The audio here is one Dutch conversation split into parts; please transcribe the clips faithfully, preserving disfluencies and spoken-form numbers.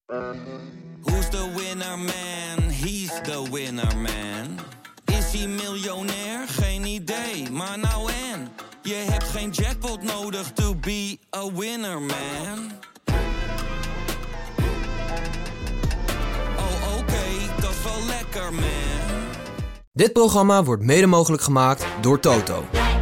Who's the winner man? He's the winner man. Is hij miljonair? Geen idee, maar nou en. Je hebt geen jackpot nodig to be a winner man. Oh oké, okay, dat is wel lekker man. Dit programma wordt mede mogelijk gemaakt door Toto.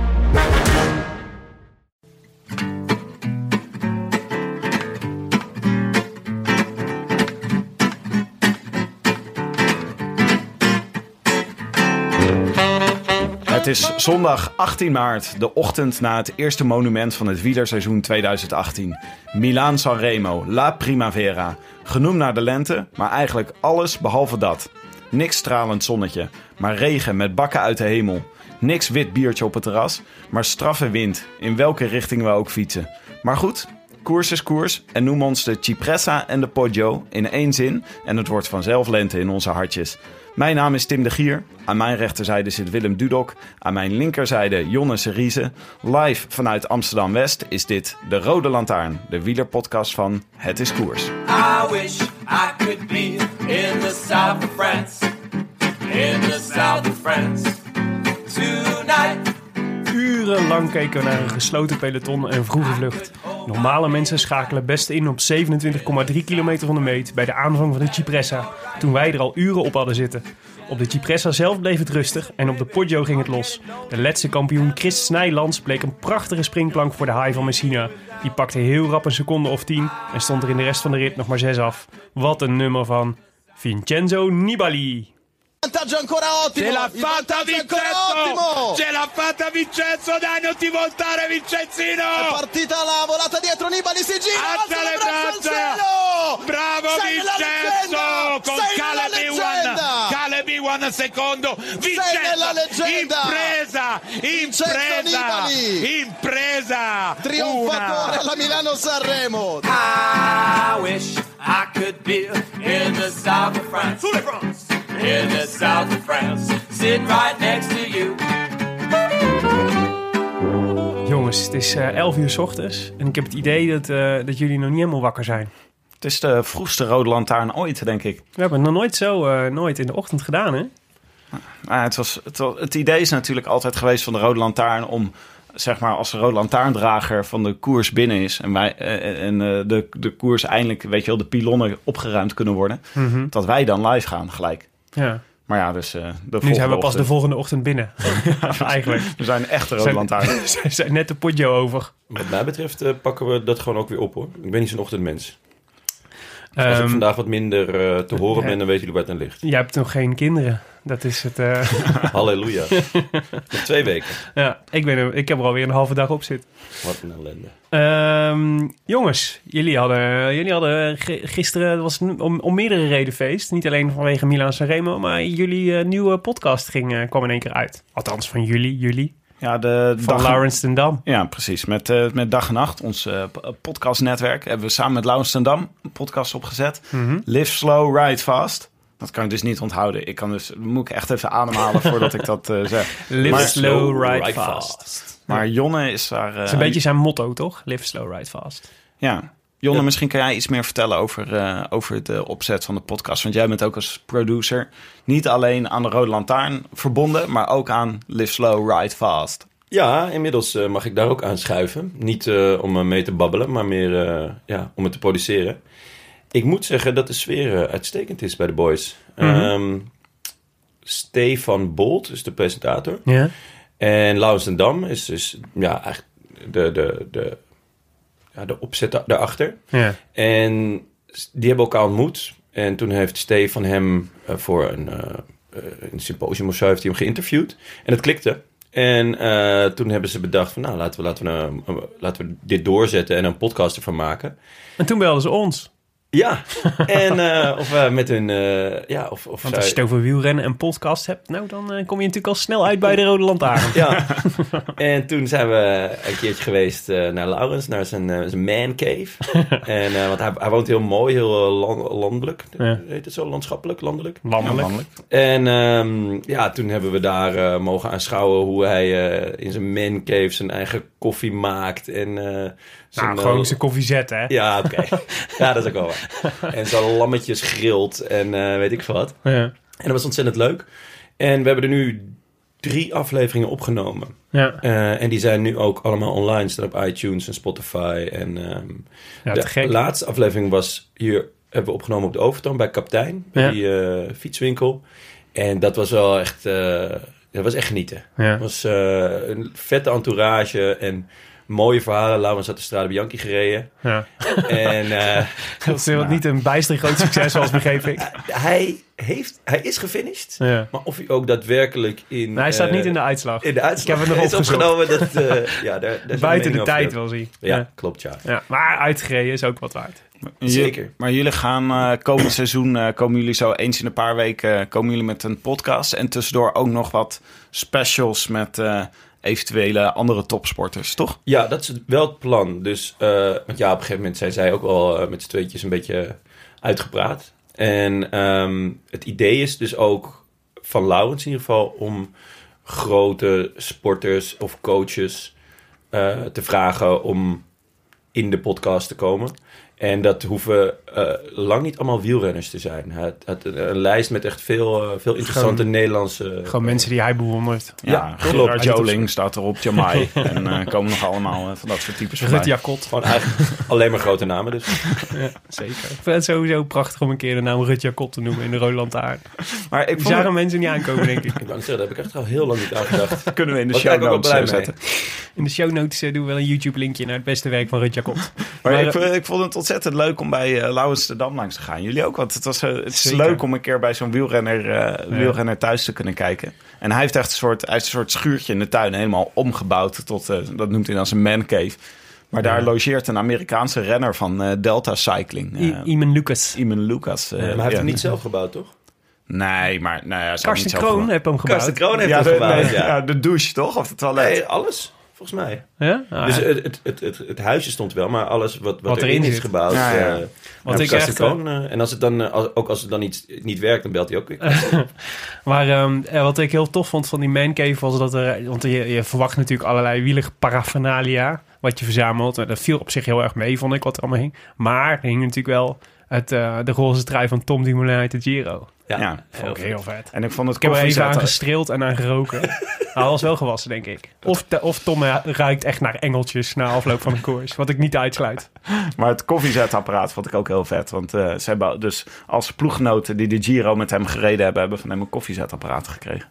Het is zondag achttien maart, de ochtend na het eerste monument van het wielerseizoen tweeduizend achttien. Milaan-San Remo, La Primavera. Genoemd naar de lente, maar eigenlijk alles behalve dat. Niks stralend zonnetje, maar regen met bakken uit de hemel. Niks wit biertje op het terras, maar straffe wind, in welke richting we ook fietsen. Maar goed, koers is koers en noem ons de Cipressa en de Poggio in één zin en het wordt vanzelf lente in onze hartjes. Mijn naam is Tim de Gier, aan mijn rechterzijde zit Willem Dudok, aan mijn linkerzijde Jonne Seriese. Live vanuit Amsterdam-West is dit De Rode Lantaarn, de wielerpodcast van Het is Koers. I wish I could be in the south of France, in the south of France, tonight. Urenlang keken we naar een gesloten peloton en vroege vlucht. Normale mensen schakelen best in op zevenentwintig komma drie kilometer van de meet bij de aanvang van de Cipressa, toen wij er al uren op hadden zitten. Op de Cipressa zelf bleef het rustig en op de Poggio ging het los. De Letse kampioen Chris Snijlands bleek een prachtige springplank voor de haai van Messina. Die pakte heel rap een seconde of tien en stond er in de rest van de rit nog maar zes af. Wat een nummer van Vincenzo Nibali. Vantaggio ancora ottimo. Ce l'ha fatta Vincenzo! Ce l'ha fatta Vincenzo! Dai, non ti voltare Vincenzino! È partita la volata dietro, Nibali si gira, alza le braccia! Bravo Sei Vincenzo! Con Caleb Ewan! Caleb Ewan secondo! Vincenzo! Impresa! Impresa! Impresa! Trionfatore alla Milano-Sanremo! I wish I could be in the south of France. Sous les France! In the south of France, sitting right next to you. Jongens, het is uh, elf uur 's ochtends en ik heb het idee dat, uh, dat jullie nog niet helemaal wakker zijn. Het is de vroegste Rode Lantaarn ooit, denk ik. We hebben het nog nooit zo uh, nooit in de ochtend gedaan, hè? Nou, het, was, het, was, het idee is natuurlijk altijd geweest van de Rode Lantaarn om, zeg maar, als de Rode Lantaarndrager van de koers binnen is en, wij, uh, en uh, de, de koers eindelijk, weet je wel, de pilonnen opgeruimd kunnen worden, mm-hmm. dat wij dan live gaan gelijk. Ja. Maar ja, dus uh, de volgende Nu zijn we pas ochtend. de volgende ochtend binnen. Eigenlijk. We zijn echt de Rode Lantaarn. We zijn net de Poggio over. Wat mij betreft uh, pakken we dat gewoon ook weer op, hoor. Ik ben niet zo'n ochtendmens. Dus als um, ik vandaag wat minder uh, te horen ja. ben, dan weten jullie waar het aan ligt. Jij hebt nog geen kinderen. Dat is het. Uh... Halleluja. Nog twee weken. Ja, ik, ben er, ik heb er alweer een halve dag op zitten. Wat een ellende. Um, jongens, jullie hadden, jullie hadden gisteren, het was om, om meerdere redenen feest. Niet alleen vanwege Milaan-San Remo, maar jullie uh, nieuwe podcast ging, uh, kwam in één keer uit. Althans, van jullie, jullie. Ja, de van dag... Laurens ten Dam. Ja, precies. Met, uh, met Dag en Nacht, ons uh, podcastnetwerk, hebben we samen met Laurens ten Dam een podcast opgezet. Mm-hmm. Live Slow, Ride Fast. Dat kan ik dus niet onthouden. Ik kan dus, moet ik echt even ademhalen voordat ik dat uh, zeg. Live maar, slow, ride, ride fast. fast. Maar Jonne is daar... Uh, dat is een beetje zijn motto, toch? Live slow, ride fast. Ja. Jonne, ja. Misschien kan jij iets meer vertellen over, uh, over de opzet van de podcast. Want jij bent ook als producer niet alleen aan de Rode Lantaarn verbonden, maar ook aan Live Slow, Ride Fast. Ja, inmiddels uh, mag ik daar ook aanschuiven. Niet uh, om uh, mee te babbelen, maar meer uh, ja, om het te produceren. Ik moet zeggen dat de sfeer uh, uitstekend is bij de boys. Mm-hmm. Um, Stefan Bolt is de presentator. Ja. En Laurens ten Dam is dus ja, eigenlijk de, de, de, ja, de opzet daarachter. Ja. En die hebben elkaar ontmoet. En toen heeft Stefan hem uh, voor een, uh, een symposium of zo heeft hij hem geïnterviewd. En dat klikte. En uh, toen hebben ze bedacht van nou, laten we, laten, we, uh, laten we dit doorzetten en een podcast ervan maken. En toen belden ze ons. Ja, en uh, of uh, met hun... Uh, ja, of, of Want als zij... je het over wielrennen en podcast hebt, nou, dan uh, kom je natuurlijk al snel uit bij de Rode Lantaarn. Ja, en toen zijn we een keertje geweest uh, naar Laurens, naar zijn, uh, zijn man cave. en, uh, want hij, hij woont heel mooi, heel uh, land, landelijk. Ja. Heet het zo? Landschappelijk? Landelijk? Landelijk. Ja, landelijk. En um, ja, toen hebben we daar uh, mogen aanschouwen hoe hij uh, in zijn man cave zijn eigen koffie maakt. En, uh, nou, gewoon zijn koffie zetten, hè? Ja, oké. Okay. Ja, dat is ook wel waar. en zo lammetjes grilt en uh, weet ik veel wat. Ja. En dat was ontzettend leuk. En we hebben er nu drie afleveringen opgenomen. Ja. Uh, en die zijn nu ook allemaal online. Staan op iTunes en Spotify. En um, Ja, te de gek. laatste aflevering was hier... hebben we opgenomen op de Overtoom bij Kaptein. Bij Ja. die uh, fietswinkel. En dat was wel echt... Uh, dat was echt genieten. Ja. Het was uh, een vette entourage en mooie verhalen. Laurens had de Strade Bianchi gereden. Ja. En uh, Dat is nou. niet een bijster groot succes, zoals begreep ik. hij, heeft, hij is gefinished. Ja. Maar of hij ook daadwerkelijk in... Nou, hij staat uh, niet in de uitslag. In de uitslag Ik heb het nog is opgezocht. opgenomen. Dat, uh, ja, daar, daar zijn Buiten de meningen tijd over. wel zie. Ja, Ja. klopt, ja. Ja. Maar uitgereden is ook wat waard. Zeker. Maar jullie gaan uh, komend seizoen, uh, komen jullie zo eens in een paar weken, uh, komen jullie met een podcast. En tussendoor ook nog wat specials met uh, eventuele andere topsporters, toch? Ja, dat is wel het plan. Dus, uh, want ja, op een gegeven moment zijn zij ook wel uh, met z'n tweetjes een beetje uitgepraat. En um, het idee is dus ook van Laurens in ieder geval om grote sporters of coaches uh, te vragen om in de podcast te komen. En dat hoeven uh, lang niet allemaal wielrenners te zijn. Het, het, een lijst met echt veel, uh, veel interessante Gewoon- Nederlandse... Gewoon mensen die hij bewondert. Ja, Ja, Gerard klopt. Joling staat erop, Jamai. en uh, komen nog allemaal uh, van dat soort types voorbij. Rut Jacot. Gewoon eigenlijk alleen maar grote namen dus. Ja, zeker. Ik vind het sowieso prachtig om een keer de naam Rut Jacot te noemen in de Rode Lantaarn. Maar ik Die vond zagen het- mensen niet aankomen, denk ik. Ik wou net zeggen, daar heb ik echt al heel lang niet aan gedacht. kunnen we in de Was show eigenlijk ook wel notes uh, blij mee. zetten. In de show notes eh, doen we wel een YouTube-linkje naar het beste werk van Rut Jacot. Maar, Maar, ik, vond- ik vond het ontzettend leuk om bij uh, Laurens de Dam langs te gaan. Jullie ook, want het, was, uh, het is Zeker. leuk om een keer bij zo'n wielrenner, uh, wielrenner thuis te kunnen kijken. En hij heeft echt een soort, hij heeft een soort schuurtje in de tuin helemaal omgebouwd tot, uh, dat noemt hij dan zijn man cave. Maar daar Ja. logeert een Amerikaanse renner van uh, Delta Cycling. Uh, I- Iman Lucas. Iman Lucas. uh, maar hij heeft ja. hem niet zelf gebouwd, toch? Nee, maar nou ja, zal Karsten niet zelf Kroon gewoon- heeft hem gebouwd. Karsten Kroon heeft Ja, hem de, gebouwd, nee, ja. ja, de douche toch? Of het toilet? Nee, alles. Volgens mij. Ja? Ah, Dus ja. het, het, het, het, het huisje stond wel, maar alles wat, wat, Wat erin erin is zit. gebouwd. Ja, ja. eh, Wat heeft ik Karsten echt, Kroon, eh, en als het dan, eh, als, ook als het dan iets niet werkt, dan belt hij ook weer. Maar ehm, eh, wat ik heel tof vond van die mancave was dat er... Want je, je verwacht natuurlijk allerlei wielige paraphernalia wat je verzamelt. En dat viel op zich heel erg mee, vond ik, wat er allemaal hing. Maar er hing natuurlijk wel het, uh, de roze trui van Tom Dumoulin uit de Giro. Ja, Dat vond ik heel vet. En ik vond het Ik heb er even aan koffiezetten- gestreeld en aan geroken. Hij was wel gewassen, denk ik. Of, de- of Tom eh, ruikt echt naar engeltjes na afloop van een koers. Wat ik niet uitsluit. Maar het koffiezetapparaat vond ik ook heel vet. Want uh, ze hebben dus als ploeggenoten die de Giro met hem gereden hebben... hebben van hem een koffiezetapparaat gekregen.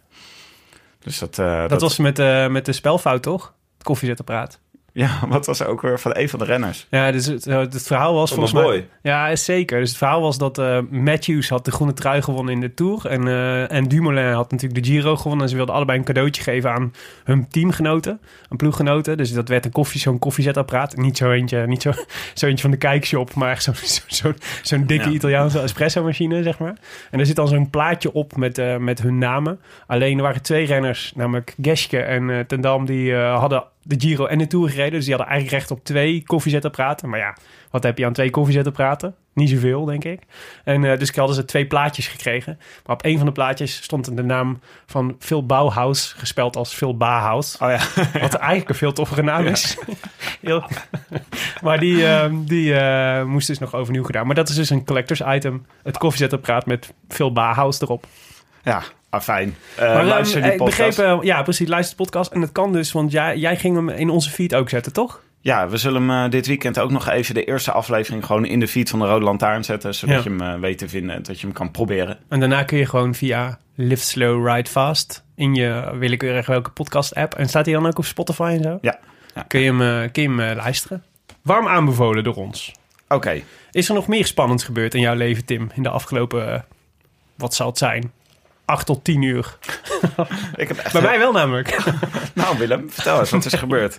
Dus dat... uh, Dat, was met, uh, met de spelfout, toch? Het koffiezetapparaat. Ja, wat was er ook weer van een van de renners? Ja, dus het, het verhaal was Van volgens mijn mij... boy. Ja, is zeker. Dus het verhaal was dat uh, Matthews had de groene trui gewonnen in de Tour. En, uh, en Dumoulin had natuurlijk de Giro gewonnen. En ze wilden allebei een cadeautje geven aan hun teamgenoten. Aan ploeggenoten. Dus dat werd een koffie, zo'n koffiezetapparaat. Niet zo eentje, niet zo, zo eentje van de kijkshop. Maar echt zo'n zo, zo, zo'n dikke Ja. Italiaanse espresso-machine, zeg maar. En er zit dan zo'n plaatje op met, uh, met hun namen. Alleen er waren twee renners, namelijk Geschke en uh, Ten Dam, die uh, hadden de Giro en de Tour gereden. Dus die hadden eigenlijk recht op twee koffiezetapparaten. Maar ja, wat heb je aan twee koffiezetapparaten? Niet zoveel, denk ik. En uh, dus hadden ze twee plaatjes gekregen. Maar op een van de plaatjes stond de naam van Phil Bauhaus, gespeld als Phil Bauhaus. Oh ja. Wat eigenlijk een veel toffere naam is. Heel... maar die, uh, die uh, moest dus nog overnieuw gedaan. Maar dat is dus een collectors item. Het koffiezetapparaat met Phil Bauhaus erop. Ja, ah, fijn. Uh, Maar luister um, die ik podcast. begreep, uh, ja precies, luister de podcast. En het kan dus, want jij, jij ging hem in onze feed ook zetten, toch? Ja, we zullen hem uh, dit weekend ook nog even de eerste aflevering... gewoon in de feed van de Rode Lantaarn zetten... zodat Ja. je hem uh, weet te vinden en dat je hem kan proberen. En daarna kun je gewoon via Live Slow, Ride Fast... in je willekeurig welke podcast-app... en staat hij dan ook op Spotify en zo? Ja. ja. Kun je hem, uh, kun je hem uh, luisteren. Warm aanbevolen door ons. Oké. Okay. Is er nog meer spannends gebeurd in jouw leven, Tim? In de afgelopen, uh, wat zal het zijn? Acht tot tien uur. Ik heb echt Bij mij wel namelijk. Nou Willem, vertel eens, wat is er gebeurd?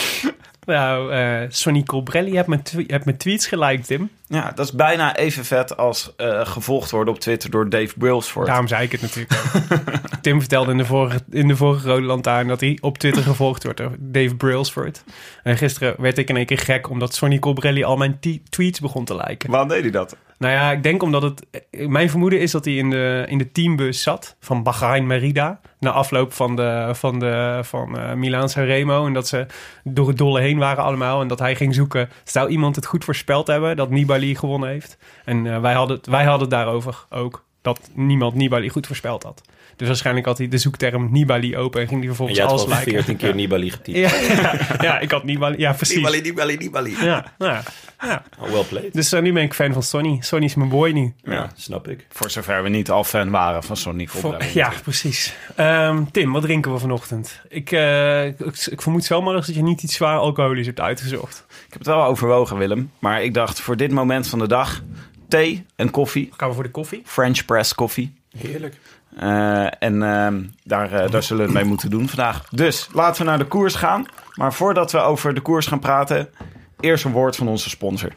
Nou, uh, Sonny Colbrelli heeft mijn, tw- heeft mijn tweets geliked, Tim. Ja, dat is bijna even vet als uh, gevolgd worden op Twitter door Dave Brailsford. Daarom zei ik het natuurlijk ook. Tim vertelde in de, vorige, in de vorige Rode Lantaarn dat hij op Twitter gevolgd wordt door Dave Brailsford. En gisteren werd ik in één keer gek omdat Sonny Colbrelli al mijn t- tweets begon te liken. Waarom deed hij dat? Nou ja, ik denk omdat het... Mijn vermoeden is dat hij in de, in de teambus zat van Bahrein Merida. Na afloop van, de, van, de, van uh, Milaan-San Remo. En dat ze door het dolle heen waren allemaal. En dat hij ging zoeken... Zou iemand het goed voorspeld hebben dat Nibali Nibali gewonnen heeft. En uh, wij, hadden, wij hadden het daarover ook dat niemand Nibali goed voorspeld had. Dus waarschijnlijk had hij de zoekterm Nibali open en ging hij vervolgens en alles lijken. lijken. veertien keer ja. Nibali getypt. Ja, ja, ja, ik had Nibali. Ja, precies. Nibali, Nibali, Nibali. Ja, ja, ja. Oh, well played. Dus uh, nu ben ik fan van Sonny. Sonny is mijn boy nu. Ja, ja, snap ik. Voor zover we niet al fan waren van Sonny Colbrelli. Voor, ja, precies. Um, Tim, wat drinken we vanochtend? Ik, uh, ik, ik vermoed zomaar dat je niet iets zwaar alcoholisch hebt uitgezocht. Ik heb het wel overwogen, Willem. Maar ik dacht, voor dit moment van de dag, thee en koffie. Gaan we voor de koffie? French press koffie. Heerlijk. Uh, en uh, daar, uh, daar zullen we het mee moeten doen vandaag. Dus laten we naar de koers gaan. Maar voordat we over de koers gaan praten, eerst een woord van onze sponsor.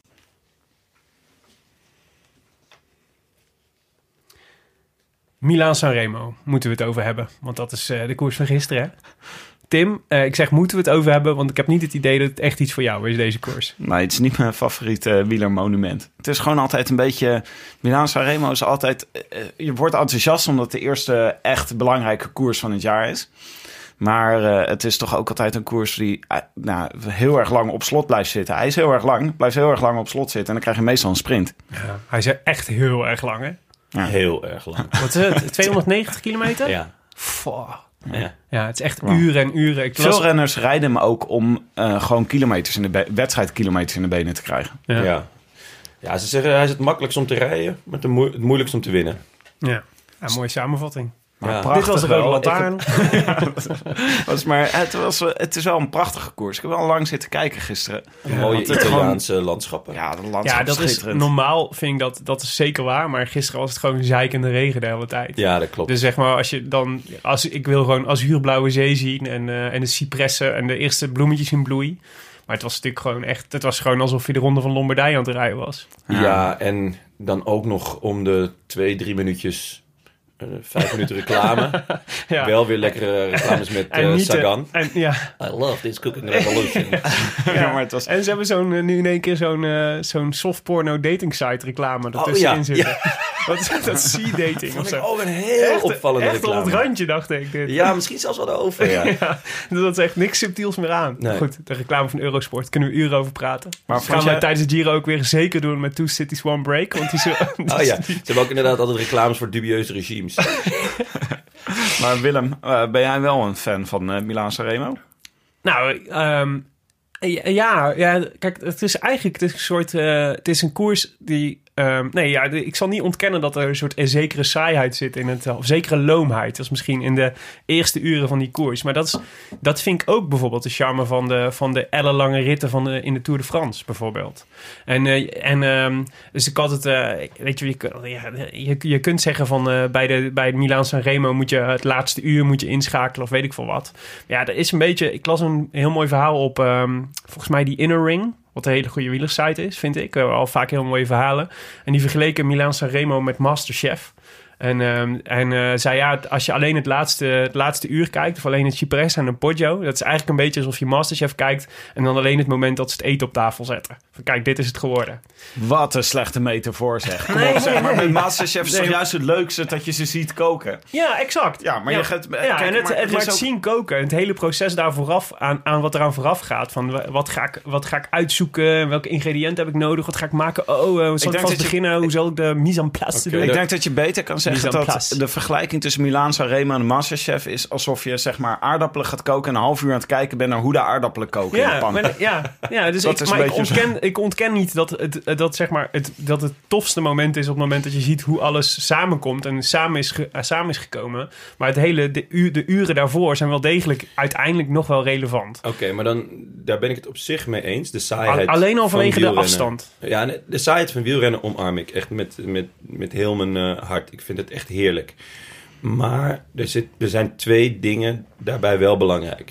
Milaan-San Remo moeten we het over hebben. Want dat is uh, de koers van gisteren, hè? Tim, uh, ik zeg moeten we het over hebben, want ik heb niet het idee dat het echt iets voor jou is, deze koers. Nee, het is niet mijn favoriete wielermonument. Het is gewoon altijd een beetje... Milaan-San Remo is altijd... Uh, je wordt enthousiast omdat het de eerste echt belangrijke koers van het jaar is. Maar uh, het is toch ook altijd een koers die uh, nou, heel erg lang op slot blijft zitten. Hij is heel erg lang, blijft heel erg lang op slot zitten en dan krijg je meestal een sprint. Ja, hij is echt heel erg lang, hè? Ja. Heel erg lang. Wat is het? tweehonderdnegentig kilometer? Ja. Fuck. Ja. ja, het is echt uren en uren. Ik Veel was... renners rijden hem ook om uh, gewoon kilometers in de be- wedstrijdkilometers in de benen te krijgen. Ja. Ja. ja, ze zeggen hij is het makkelijkst om te rijden, maar het, mo- het moeilijkst om te winnen. Ja, ja mooie samenvatting. Maar ja. Dit was de rode lantaarn. was maar het, was, het is wel een prachtige koers. Ik heb wel lang zitten kijken gisteren. Ja, mooie Italiaanse gewoon... landschappen. Ja, de landschap ja, dat is schitterend. Normaal vind ik dat, dat is zeker waar. Maar gisteren was het gewoon zeikende regen de hele tijd. Ja, dat klopt. Dus zeg maar, als je dan... Als, ik wil gewoon azuurblauwe zee zien en, uh, en de cipressen en de eerste bloemetjes in bloei. Maar het was natuurlijk gewoon echt... Het was gewoon alsof je de ronde van Lombardije aan het rijden was. Ja, ja en dan ook nog om de twee, drie minuutjes... Uh, vijf minuten reclame. ja. Wel weer lekkere reclames met uh, Sagan. En, ja. I love this cooking revolution. ja, ja, maar het was... En ze hebben zo'n, uh, nu in één keer zo'n, uh, zo'n softporno dating site reclame oh, ertussenin ja. zitten. Ja. Wat is dat? C-dating of zo? Ook een heel echt, opvallende echt reclame. Echt op het randje, dacht ik. Dit. Ja, misschien zelfs wel erover. Ja. ja, dat is echt niks subtiels meer aan. Nee. Goed, de reclame van Eurosport. Kunnen we uren over praten. Maar gaan wij jij... tijdens de Giro ook weer zeker doen met Two Cities, One Break. Want die zo... oh ja, ze hebben ook inderdaad altijd reclames voor dubieuze regimes. Maar Willem, uh, ben jij wel een fan van uh, Milaan-San Remo? Nou, um, ja, ja, kijk, het is eigenlijk het is een soort, uh, het is een koers die, um, nee, ja, de, ik zal niet ontkennen dat er een soort een zekere saaiheid zit in het, of zekere loomheid. Dat is misschien in de eerste uren van die koers, maar dat is, dat vind ik ook bijvoorbeeld de charme van de, van de ellenlange ritten van de, in de Tour de France, bijvoorbeeld. En, uh, en um, dus ik had het, uh, weet je, je, ja, je, je kunt zeggen van uh, bij de, bij de Milaan-San Remo moet je het laatste uur moet je inschakelen of weet ik veel wat. Ja, dat is een beetje, ik las een heel mooi verhaal op, um, volgens mij die Inner Ring, wat een hele goede wielersite is, vind ik. Uh, al vaak heel mooie verhalen. En die vergeleken Milaan-San Remo met MasterChef. En, um, en uh, zei ja, als je alleen het laatste, het laatste uur kijkt, of alleen het Cipressa en een Poggio, dat is eigenlijk een beetje alsof je MasterChef kijkt en dan alleen het moment dat ze het eten op tafel zetten. Van, kijk, dit is het geworden. Wat een slechte metafoor zeg. Kom nee, op, zeg nee, maar. nee. Met MasterChef is nee. toch juist het leukste dat je ze ziet koken? Ja, exact. Ja, maar ja. je gaat... Ja, kijk, en het, maar het, het maar is het ook... zien koken, het hele proces daar vooraf, aan, aan wat eraan vooraf gaat. Van wat ga ik, wat ga ik uitzoeken, welke ingrediënten heb ik nodig, wat ga ik maken? Oh, uh, zal ik, ik vast beginnen? Je... Hoe zal ik de mise en place okay, doen? Ik denk dat je beter kan zeggen dat de vergelijking tussen Milaan-San Remo en de MasterChef is alsof je zeg maar aardappelen gaat koken en een half uur aan het kijken bent naar hoe de aardappelen koken ja, in de pan. Maar, ja, ja, dus ik, maar ik ontken, ik ontken niet dat het, dat, zeg maar, het, dat het tofste moment is op het moment dat je ziet hoe alles samenkomt en samen is, ge, uh, samen is gekomen. Maar het hele, de, u, de uren daarvoor zijn wel degelijk uiteindelijk nog wel relevant. Oké, okay, maar dan, daar ben ik het op zich mee eens. De saaiheid Al, alleen al vanwege de afstand. Ja, de saaiheid van wielrennen omarm ik echt met, met, met heel mijn uh, hart. Ik vind het echt heerlijk. Maar er, zit, er zijn twee dingen daarbij wel belangrijk.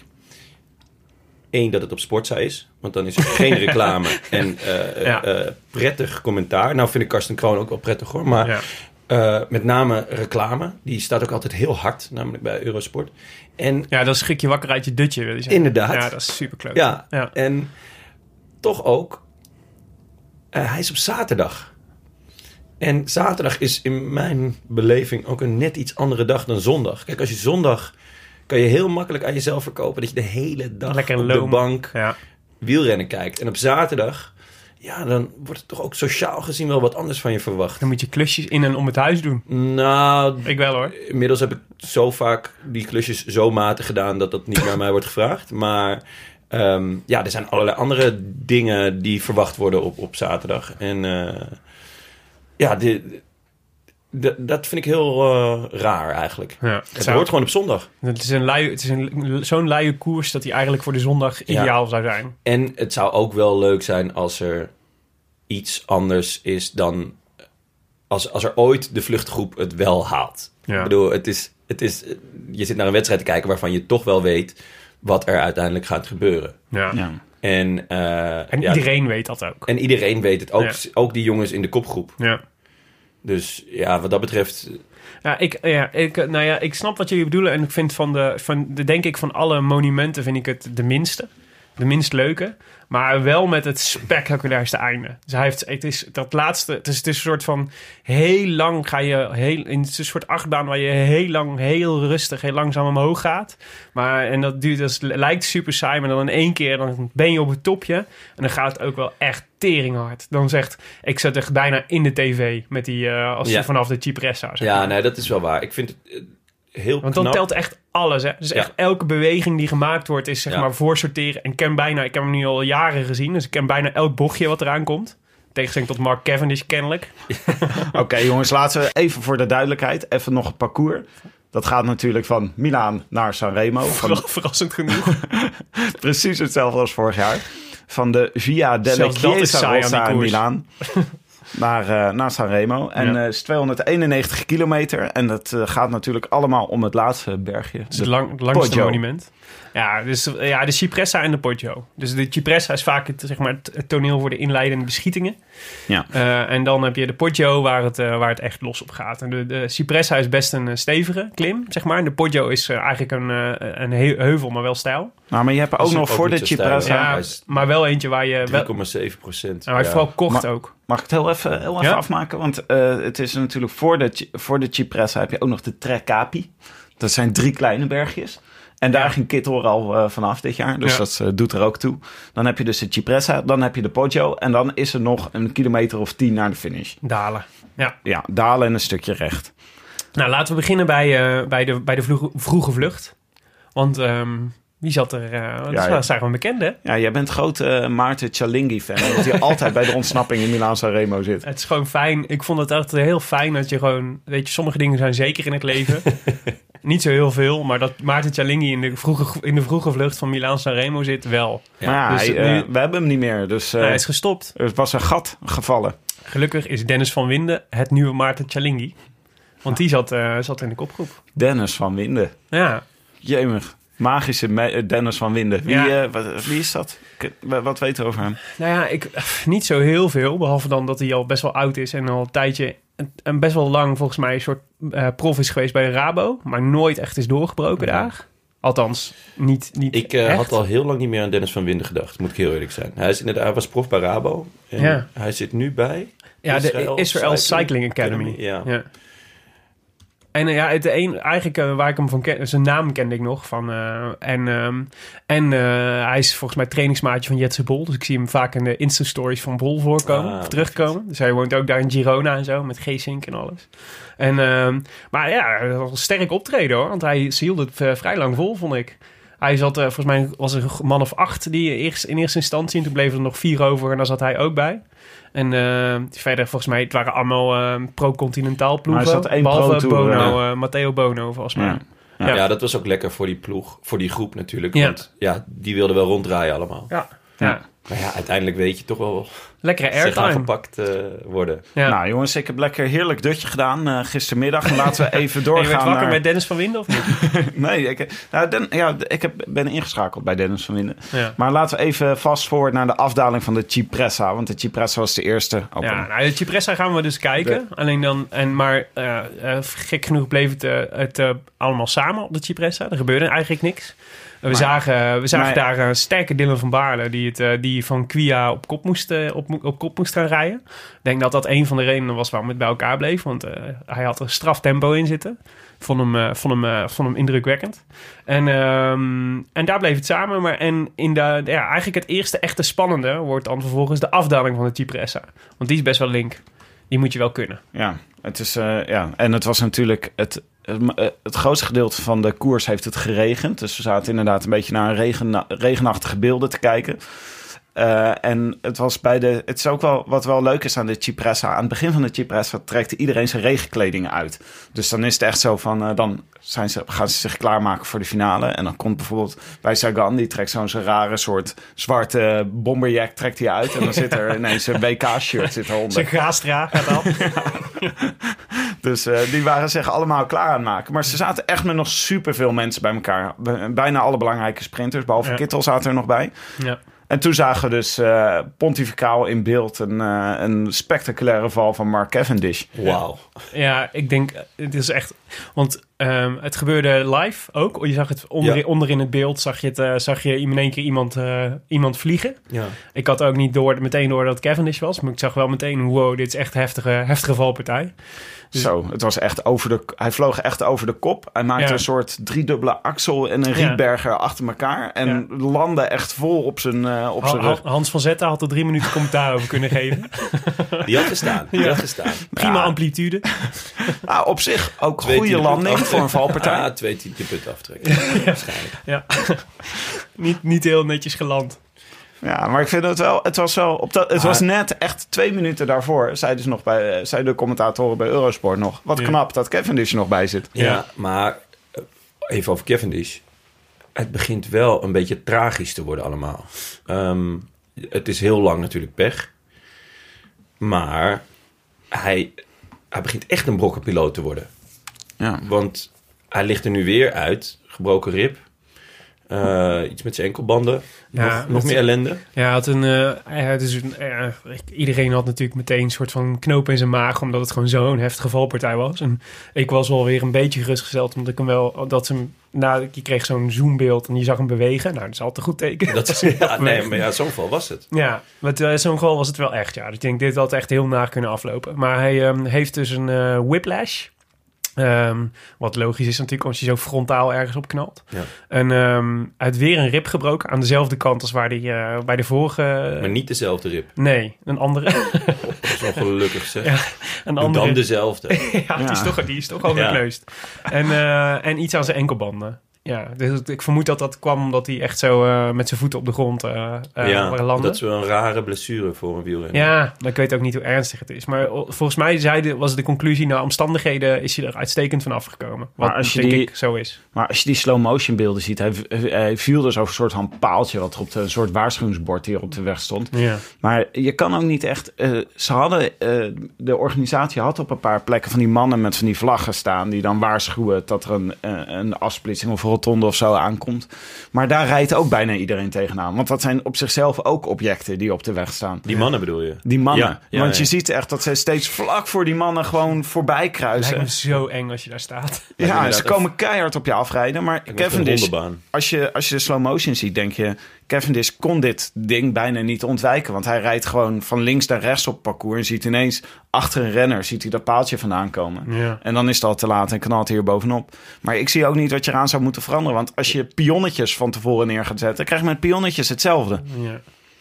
Eén, dat het op Sportza is. Want dan is er geen reclame en uh, ja. uh, prettig commentaar. Nou vind ik Karsten Kroon ook wel prettig hoor. Maar ja. uh, met name reclame. Die staat ook altijd heel hard. Namelijk bij Eurosport. En, ja, dan schrik je wakker uit je dutje. Wil je zeggen. Inderdaad. Ja, dat is super kloot. Ja, ja, en toch ook. Uh, hij is op zaterdag. En zaterdag is in mijn beleving ook een net iets andere dag dan zondag. Kijk, als je zondag kan je heel makkelijk aan jezelf verkopen dat je de hele dag lekker op loom. de bank ja. wielrennen kijkt. En op zaterdag Ja, dan wordt het toch ook sociaal gezien wel wat anders van je verwacht. Dan moet je klusjes in en om het huis doen. Nou, ik wel hoor. Inmiddels heb ik zo vaak die klusjes zo matig gedaan dat dat niet naar mij wordt gevraagd. Maar um, ja, er zijn allerlei andere dingen die verwacht worden op, op zaterdag. En uh, ja, die, die, dat vind ik heel uh, raar eigenlijk. Ja, het het zou, hoort gewoon op zondag. Het is, een lui, het is een, zo'n luie koers dat die eigenlijk voor de zondag ideaal ja. zou zijn. En het zou ook wel leuk zijn als er iets anders is dan als, als er ooit de vluchtgroep het wel haalt. Ja. Ik bedoel, het is, het is, je zit naar een wedstrijd te kijken waarvan je toch wel weet wat er uiteindelijk gaat gebeuren. Ja. Ja. En, uh, en ja, iedereen weet dat ook. En iedereen weet het. Ook, ja. ook die jongens in de kopgroep. Ja. Dus ja, wat dat betreft... Ja, ik, ja, ik, nou ja, ik snap wat jullie bedoelen. En ik vind van de, van de, denk ik, van alle monumenten vind ik het de minste. De minst leuke. Maar wel met het spectaculairste einde. Dus hij heeft, het is dat laatste... Het is, het is een soort van... Heel lang ga je... Heel, in, het is een soort achtbaan waar je heel lang... Heel rustig, heel langzaam omhoog gaat. Maar, en dat, duurt, dat lijkt super saai. Maar dan in één keer... Dan ben je op het topje. En dan gaat het ook wel echt teringhard. Dan zegt... Ik zat er bijna in de tv. Met die... Uh, als ja. vanaf de Cipressa. Zeg ja, maar. nee, dat is wel waar. Ik vind het... Uh, Heel Want dan knap. telt echt alles. Hè? Dus echt ja. elke beweging die gemaakt wordt is zeg ja. maar voorsorteren. En ik ken bijna, ik heb hem nu al jaren gezien. Dus ik ken bijna elk bochtje wat eraan komt. Tegenstelling tot Mark Cavendish kennelijk. Oké okay, jongens, laten we even voor de duidelijkheid. Even nog het parcours. Dat gaat natuurlijk van Milaan naar Sanremo. Van... Verrassend genoeg. Precies hetzelfde als vorig jaar. Van de Via delle Chiesa Rossa in Milaan. Naar, uh, naar Sanremo. En ja. uh, is tweehonderdeenennegentig kilometer. En dat uh, gaat natuurlijk allemaal om het laatste bergje. Het, de lang, het langste Poggio. monument. Ja, dus ja, de Cipressa en de Poggio. Dus de Cipressa is vaak het, zeg maar, het toneel voor de inleidende beschietingen. Ja. Uh, en dan heb je de Poggio waar het, uh, waar het echt los op gaat. En de, de Cipressa is best een stevige klim, zeg maar. En de Poggio is uh, eigenlijk een, uh, een heuvel, maar wel stijl. Nou, maar je hebt ook dus nog voor de Cipressa... Ja, maar wel eentje waar je... drie komma zeven procent. En waar je ja. vooral kocht Ma- ook. Mag ik het heel even, heel even ja? afmaken? Want uh, het is natuurlijk voor de, voor de Cipressa heb je ook nog de Tre Capi. Dat zijn drie kleine bergjes. En daar ja. ging Kittel al uh, vanaf dit jaar. Dus ja. dat uh, doet er ook toe. Dan heb je dus de Cipressa. Dan heb je de Poggio. En dan is er nog een kilometer of tien naar de finish. Dalen. Ja, ja dalen en een stukje recht. Nou, laten we beginnen bij, uh, bij de, bij de vroege, vroege vlucht. Want... Um, Wie zat er? Uh, dat ja, zijn gewoon bekend, hè? Ja, jij bent groot uh, Maarten Cialinghi-fan. Dat hij altijd bij de ontsnapping in Milaan Sanremo zit. Het is gewoon fijn. Ik vond het echt heel fijn dat je gewoon... Weet je, sommige dingen zijn zeker in het leven. Niet zo heel veel, maar dat Maarten Cialinghi in de vroege, in de vroege vlucht van Milaan Sanremo zit, wel. Ja, maar ja, dus, hij, uh, nu, we hebben hem niet meer. Dus, uh, hij is gestopt. Er was een gat gevallen. Gelukkig is Dennis van Winden het nieuwe Maarten Cialinghi. Want die zat, uh, zat in de kopgroep. Dennis van Winden. Ja. Jemig. Magische me- Dennis van Winden. Wie, ja. uh, wat, wie is dat? Wat weten we over hem? Nou ja, ik, niet zo heel veel. Behalve dan dat hij al best wel oud is. En al een tijdje, en best wel lang volgens mij... een soort uh, prof is geweest bij Rabo. Maar nooit echt is doorgebroken ja. daar. Althans, niet, niet Ik uh, had al heel lang niet meer aan Dennis van Winden gedacht. Moet ik heel eerlijk zijn. Hij, is inderdaad, hij was prof bij Rabo. En ja. hij zit nu bij... Ja, Israel de Israel Cycling, Cycling Academy. Academy. Ja. ja. En uh, ja, het een, eigenlijk uh, waar ik hem van ken, zijn naam kende ik nog. Van, uh, en um, en uh, hij is volgens mij trainingsmaatje van Jetse Bol. Dus ik zie hem vaak in de Insta-stories van Bol voorkomen. Ah, of terugkomen. Dus hij woont ook daar in Girona en zo. Met Geesink en alles. En, um, maar ja, dat was een sterk optreden hoor. Want hij hield het uh, vrij lang vol, vond ik. Hij zat, uh, volgens mij was er een man of acht die eerst, in eerste instantie. En toen bleven er nog vier over en daar zat hij ook bij. En uh, verder, volgens mij, het waren allemaal uh, pro-continentaal ploegen. Maar er zat één behalve pro-tour, Bono, ja. uh, Matteo Bono, volgens mij. Ja. Ja. Ja. ja, dat was ook lekker voor die ploeg, voor die groep natuurlijk. Ja. Want ja, die wilden wel ronddraaien allemaal. Ja. Ja. Maar ja, uiteindelijk weet je toch wel... Lekkere airtime. gepakt uh, worden. Ja. Nou jongens, ik heb lekker heerlijk dutje gedaan uh, gistermiddag. En laten we even doorgaan. En je werd wakker naar... met Dennis van Winden of niet? nee, ik, nou, Den, ja, ik heb, ben ingeschakeld bij Dennis van Winden. Ja. Maar laten we even fast forward naar de afdaling van de Cipressa. Want de Cipressa was de eerste. Open. Ja, nou, de Cipressa gaan we dus kijken. De... Alleen dan, en, maar uh, uh, gek genoeg bleef het, uh, het uh, allemaal samen op de Cipressa. Er gebeurde eigenlijk niks. We zagen, we zagen maar- daar een sterke Dylan van Baarle... die, het, uh, die van Quia op kop, moest, uh, op, op kop moest gaan rijden. Ik denk dat dat een van de redenen was waarom het bij elkaar bleef. Want uh, hij had er straf tempo in zitten. Vond hem, uh, vond hem, uh, vond hem indrukwekkend. En, um, en daar bleef het samen. Maar en in de, ja, eigenlijk het eerste echte spannende... wordt dan vervolgens de afdaling van de Cipressa. Want die is best wel link. Die moet je wel kunnen. Ja, het is, uh, ja. En het was natuurlijk... Het, het, het grootste gedeelte van de koers heeft het geregend. Dus we zaten inderdaad een beetje naar een regen, regenachtige beelden te kijken. Uh, en het was bij de... Het is ook wel wat wel leuk is aan de Cipressa. Aan het begin van de Cipressa trekt iedereen zijn regenkleding uit. Dus dan is het echt zo van... Uh, dan zijn ze, gaan ze zich klaarmaken voor de finale. En dan komt bijvoorbeeld bij Sagan... die trekt zo'n zo'n rare soort zwarte bomberjack trekt hij uit. En dan zit er ineens een W K-shirt zit eronder. Zijn gaastra gaat af. Dus uh, die waren zich allemaal klaar aan het maken. Maar ze zaten echt met nog superveel mensen bij elkaar. Bijna alle belangrijke sprinters. Behalve Ja. Kittel zaten er nog bij. Ja. En toen zagen we dus uh, pontificaal in beeld een, uh, een spectaculaire val van Mark Cavendish. Wauw. Ja, ik denk, het is echt... Want um, het gebeurde live ook. Je zag het onder, Ja. onder in het beeld, zag je, het, uh, zag je in één keer iemand, uh, iemand vliegen. Ja. Ik had ook niet door, meteen door dat het Cavendish was. Maar ik zag wel meteen, wow, dit is echt een heftige, heftige valpartij. Dus, Zo, het was echt over de... Hij vloog echt over de kop. Hij maakte Ja. een soort driedubbele axel en een Ja. Rietberger achter elkaar. En landde echt vol op zijn, uh, op zijn Ha- rug. Hans van Zetten had er drie minuten commentaar over kunnen geven. Die had gestaan. Die Ja. had gestaan. Prima Ja. amplitude. Nou, op zich ook Twee goede tiende landing punten voor een valpartij. Ah, twee tiende punten aftrekken. Waarschijnlijk. Ja. niet, niet heel netjes geland. Ja, maar ik vind het wel... Het was wel... Op dat, het Ah. was net echt twee minuten daarvoor... zeiden ze nog bij, zeiden de commentatoren bij Eurosport nog... Wat Ja. knap dat Cavendish er nog bij zit. Ja, Ja. maar uh, even over Cavendish. Het begint wel een beetje tragisch te worden allemaal. Um, het is heel lang natuurlijk pech. Maar hij, hij begint echt een brokkenpiloot te worden. Ja. Want hij ligt er nu weer uit. Gebroken rib. Uh, iets met zijn enkelbanden. Ja, nog, nog het- meer ellende. Ja, hij had een, uh, hij had dus een, uh, iedereen had natuurlijk meteen een soort van knoop in zijn maag, omdat het gewoon zo'n heftige valpartij was. En ik was wel weer een beetje gerustgesteld, omdat ik hem wel, dat ze hem, nou, je kreeg zo'n zoombeeld en je zag hem bewegen. Nou, dat is altijd een goed teken. Dat is, ja, nee, maar ja, zo'n val was het. Ja, met uh, zo'n geval was het wel echt, ja. Dus ik denk, dit had echt heel naar kunnen aflopen. Maar hij um, heeft dus een uh, whiplash. Um, wat logisch is natuurlijk als je zo frontaal ergens op knalt. Ja. En um, hij had weer een rib gebroken aan dezelfde kant als waar die uh, bij de vorige... Maar niet dezelfde rib. Nee, een andere. Dat is wel gelukkig zeg. Ja, een Doe andere. dan dezelfde. ja, die is toch, die is toch al Ja. gekneusd. En, uh, en iets aan zijn enkelbanden. Ja, dus ik vermoed dat dat kwam omdat hij echt zo uh, met zijn voeten op de grond uh, uh, Ja, landde. dat is wel een rare blessure voor een wielrenner. Ja, maar ik weet ook niet hoe ernstig het is. Maar volgens mij zeiden, was de conclusie... naar omstandigheden is hij er uitstekend van afgekomen. Wat Maar als je denk die- ik zo is. Maar als je die slow motion beelden ziet... Hij, hij viel dus over een soort van paaltje... wat er op de, een soort waarschuwingsbord hier op de weg stond. Ja. Maar je kan ook niet echt... Uh, ze hadden... Uh, de organisatie had op een paar plekken van die mannen met van die vlaggen staan... die dan waarschuwen dat er een, uh, een afsplitsing of een rotonde of zo aankomt. Maar daar rijdt ook bijna iedereen tegenaan. Want dat zijn op zichzelf ook objecten die op de weg staan. Die mannen bedoel je? Die mannen. Ja, ja, Want ja. je ziet echt dat ze steeds vlak voor die mannen gewoon voorbij kruisen. Lijkt me zo eng als je daar staat. Ja, inderdaad ze komen keihard op je afrijden. Maar Ik ben Cavendish, een hondebaan. als je, als je de slow motion ziet, denk je... Cavendish kon dit ding bijna niet ontwijken. Want hij rijdt gewoon van links naar rechts op het parcours... en ziet ineens achter een renner ziet hij dat paaltje vandaan komen. Ja. En dan is het al te laat en knalt hij hier bovenop. Maar ik zie ook niet wat je eraan zou moeten veranderen. Want als je pionnetjes van tevoren neer gaat zetten... krijg je met pionnetjes hetzelfde. Ja.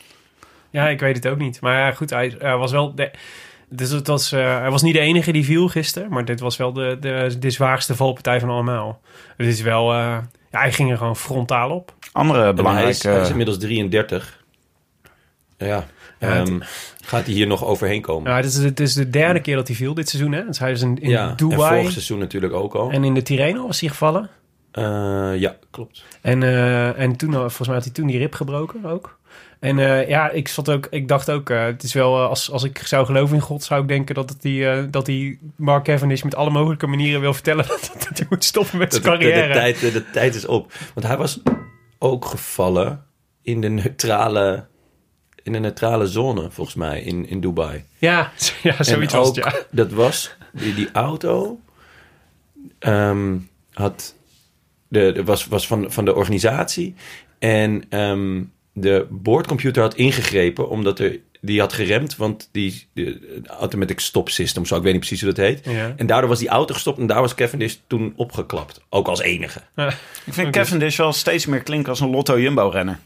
ja, ik weet het ook niet. Maar ja, goed, hij uh, was wel... De, dus het was, uh, hij was niet de enige die viel gisteren... maar dit was wel de, de, de zwaarste valpartij van allemaal. Het is wel... Uh, ja, hij ging er gewoon frontaal op. Andere En hij, is, belangrijke... hij is inmiddels drieëndertig. Ja. Ja, Um, gaat hij hier nog overheen komen? Ja, het, is, het is de derde keer dat hij viel dit seizoen. Hè? Dus hij is in, in ja. En Dubai vorig seizoen natuurlijk ook al. en in de Tirreno was hij gevallen. Uh, ja, klopt. En, uh, en toen, volgens mij had hij toen die rib gebroken ook. En uh, ja, ik, zat ook, ik dacht ook, uh, het is wel, uh, als, als ik zou geloven in God, zou ik denken dat hij uh, dat die Mark Cavendish met alle mogelijke manieren wil vertellen dat, dat hij moet stoppen met Dat zijn de, de, carrière. de, tijd, de, de tijd is op. Want hij was ook gevallen in de neutrale, in de neutrale zone, volgens mij, in, in Dubai. Ja, ja, zoiets en was ook, het, ja. dat was, die, die auto um, had de, de, was, was van, van de organisatie. En um, de boordcomputer had ingegrepen omdat er... Die had geremd, want die de automatic stop system, zo, ik weet niet precies hoe dat heet. Ja. En daardoor was die auto gestopt en daar was Cavendish toen opgeklapt. Ook als enige. Ja. Ik vind Cavendish wel steeds meer klinken als een Lotto Jumbo-renner.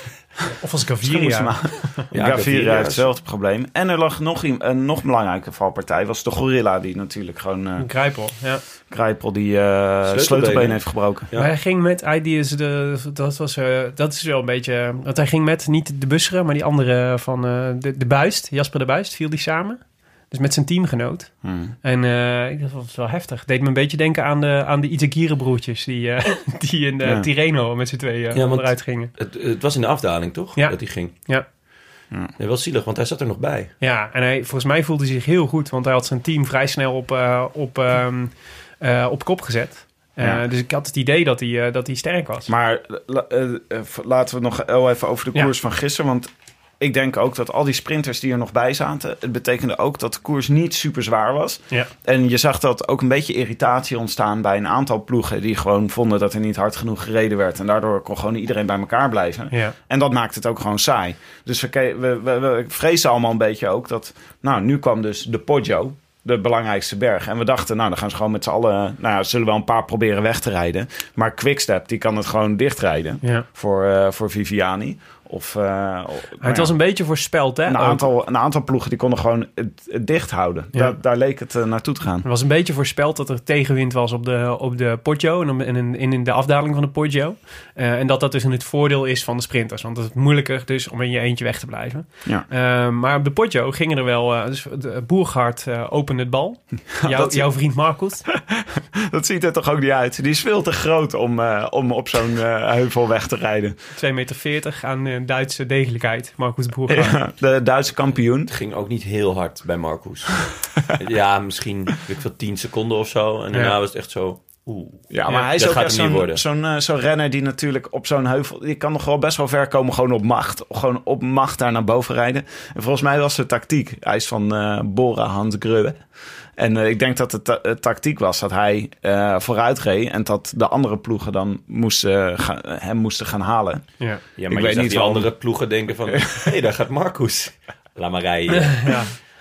Of als Gaviria. Ja, Gaviria heeft hetzelfde probleem. En er lag nog een, een nog belangrijke valpartij. Was de gorilla die natuurlijk gewoon... Uh, Een Kruipel, ja. Kruipel die uh, sleutelbeen heeft gebroken. Ja. Maar hij ging met... Ideas de, dat, was, uh, dat is wel een beetje... Want hij ging met niet de Busseren, maar die andere van uh, de, de Buist. Jasper de Buist viel die samen. Dus met zijn teamgenoot. Hmm. En uh, ik dacht, dat was wel heftig. Deed me een beetje denken aan de, aan de Izagirre-broertjes... die, uh, die in de ja. Tirreno met z'n tweeën uh, ja, eruit gingen. Het, het was in de afdaling, toch? Ja. Dat hij ging. Ja. Ja. Nee, wel zielig, want hij zat er nog bij. Ja, en hij, volgens mij voelde hij zich heel goed... want hij had zijn team vrij snel op, uh, op, um, uh, op kop gezet... Uh, ja. Dus ik had het idee dat hij, uh, dat hij sterk was. Maar uh, uh, laten we nog heel even over de koers ja. van gisteren... want ik denk ook dat al die sprinters die er nog bij zaten... het betekende ook dat de koers niet super zwaar was. Ja. En je zag dat ook een beetje irritatie ontstaan... bij een aantal ploegen die gewoon vonden dat er niet hard genoeg gereden werd... en daardoor kon gewoon iedereen bij elkaar blijven. Ja. En dat maakt het ook gewoon saai. Dus we, we, we, we vreesden allemaal een beetje ook dat... nou, nu kwam dus de Poggio... de belangrijkste berg. En we dachten, nou, dan gaan ze gewoon met z'n allen... nou ja, zullen wel een paar proberen weg te rijden. Maar Quickstep, die kan het gewoon dichtrijden ja. voor, uh, voor Viviani. Of, uh, het was ja, een beetje voorspeld, hè? Een aantal, een aantal ploegen die konden gewoon het, het dicht houden. Ja. Daar, daar leek het uh, naartoe te gaan. Het was een beetje voorspeld dat er tegenwind was op de, op de Poggio... en in, in, in de afdaling van de Poggio. Uh, en dat dat dus in het voordeel is van de sprinters. Want het is moeilijker dus om in je eentje weg te blijven. Ja. Uh, maar op de Poggio gingen er wel... Uh, dus Boergaard uh, opende het bal. Ja, Jou, jouw vriend Marcus. Dat ziet er toch ook niet uit. Die is veel te groot om, uh, om op zo'n uh, heuvel weg te rijden. twee meter veertig aan... Uh, Duitse degelijkheid, Marcus Boergaard. Ja, de Duitse kampioen. Het ging ook niet heel hard bij Marcus. Ja, misschien weet ik veel, tien seconden of zo. En daarna ja. was het echt zo... Oeh, ja, maar ja, hij is ook echt zo'n, zo'n, uh, zo'n renner die natuurlijk op zo'n heuvel... die kan nog wel best wel ver komen, gewoon op macht. Gewoon op macht daar naar boven rijden. En volgens mij was de tactiek. Hij is van uh, Bora Hans Grubbe. En uh, ik denk dat het ta- uh, tactiek was dat hij uh, vooruit reed... en dat de andere ploegen dan moesten, uh, ga- hem moesten gaan halen. Ja, ja maar ik weet niet die andere ploegen denken van... hé, hey, daar gaat Marcus. Laat maar rijden. Ja,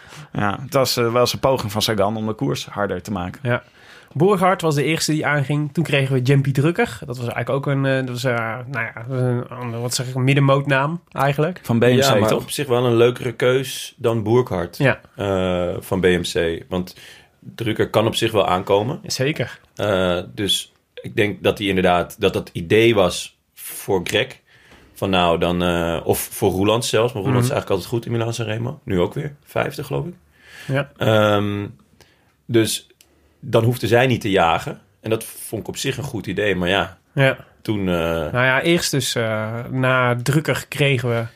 ja het was uh, wel eens een poging van Sagan om de koers harder te maken. Ja. Boergaard was de eerste die aanging. Toen kregen we Jempie Drucker. Dat was eigenlijk ook een, dat was, uh, nou ja, een, wat zeg ik, een middenmootnaam eigenlijk. Van B M C, ja, maar toch? op zich wel een leukere keus dan Boergaard ja. uh, van B M C. Want Drucker kan op zich wel aankomen. Zeker. Uh, dus ik denk dat hij inderdaad, dat dat idee was voor Greg. Van nou dan, uh, of voor Roeland zelfs. Maar Roeland mm-hmm. is eigenlijk altijd goed in Milaan-San Remo. Nu ook weer, vijfde geloof ik. Ja. Um, dus... dan hoefde zij niet te jagen. En dat vond ik op zich een goed idee. Maar ja, ja. toen... Uh... Nou ja, eerst dus uh, na Drucker kregen we...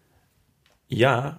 Ja.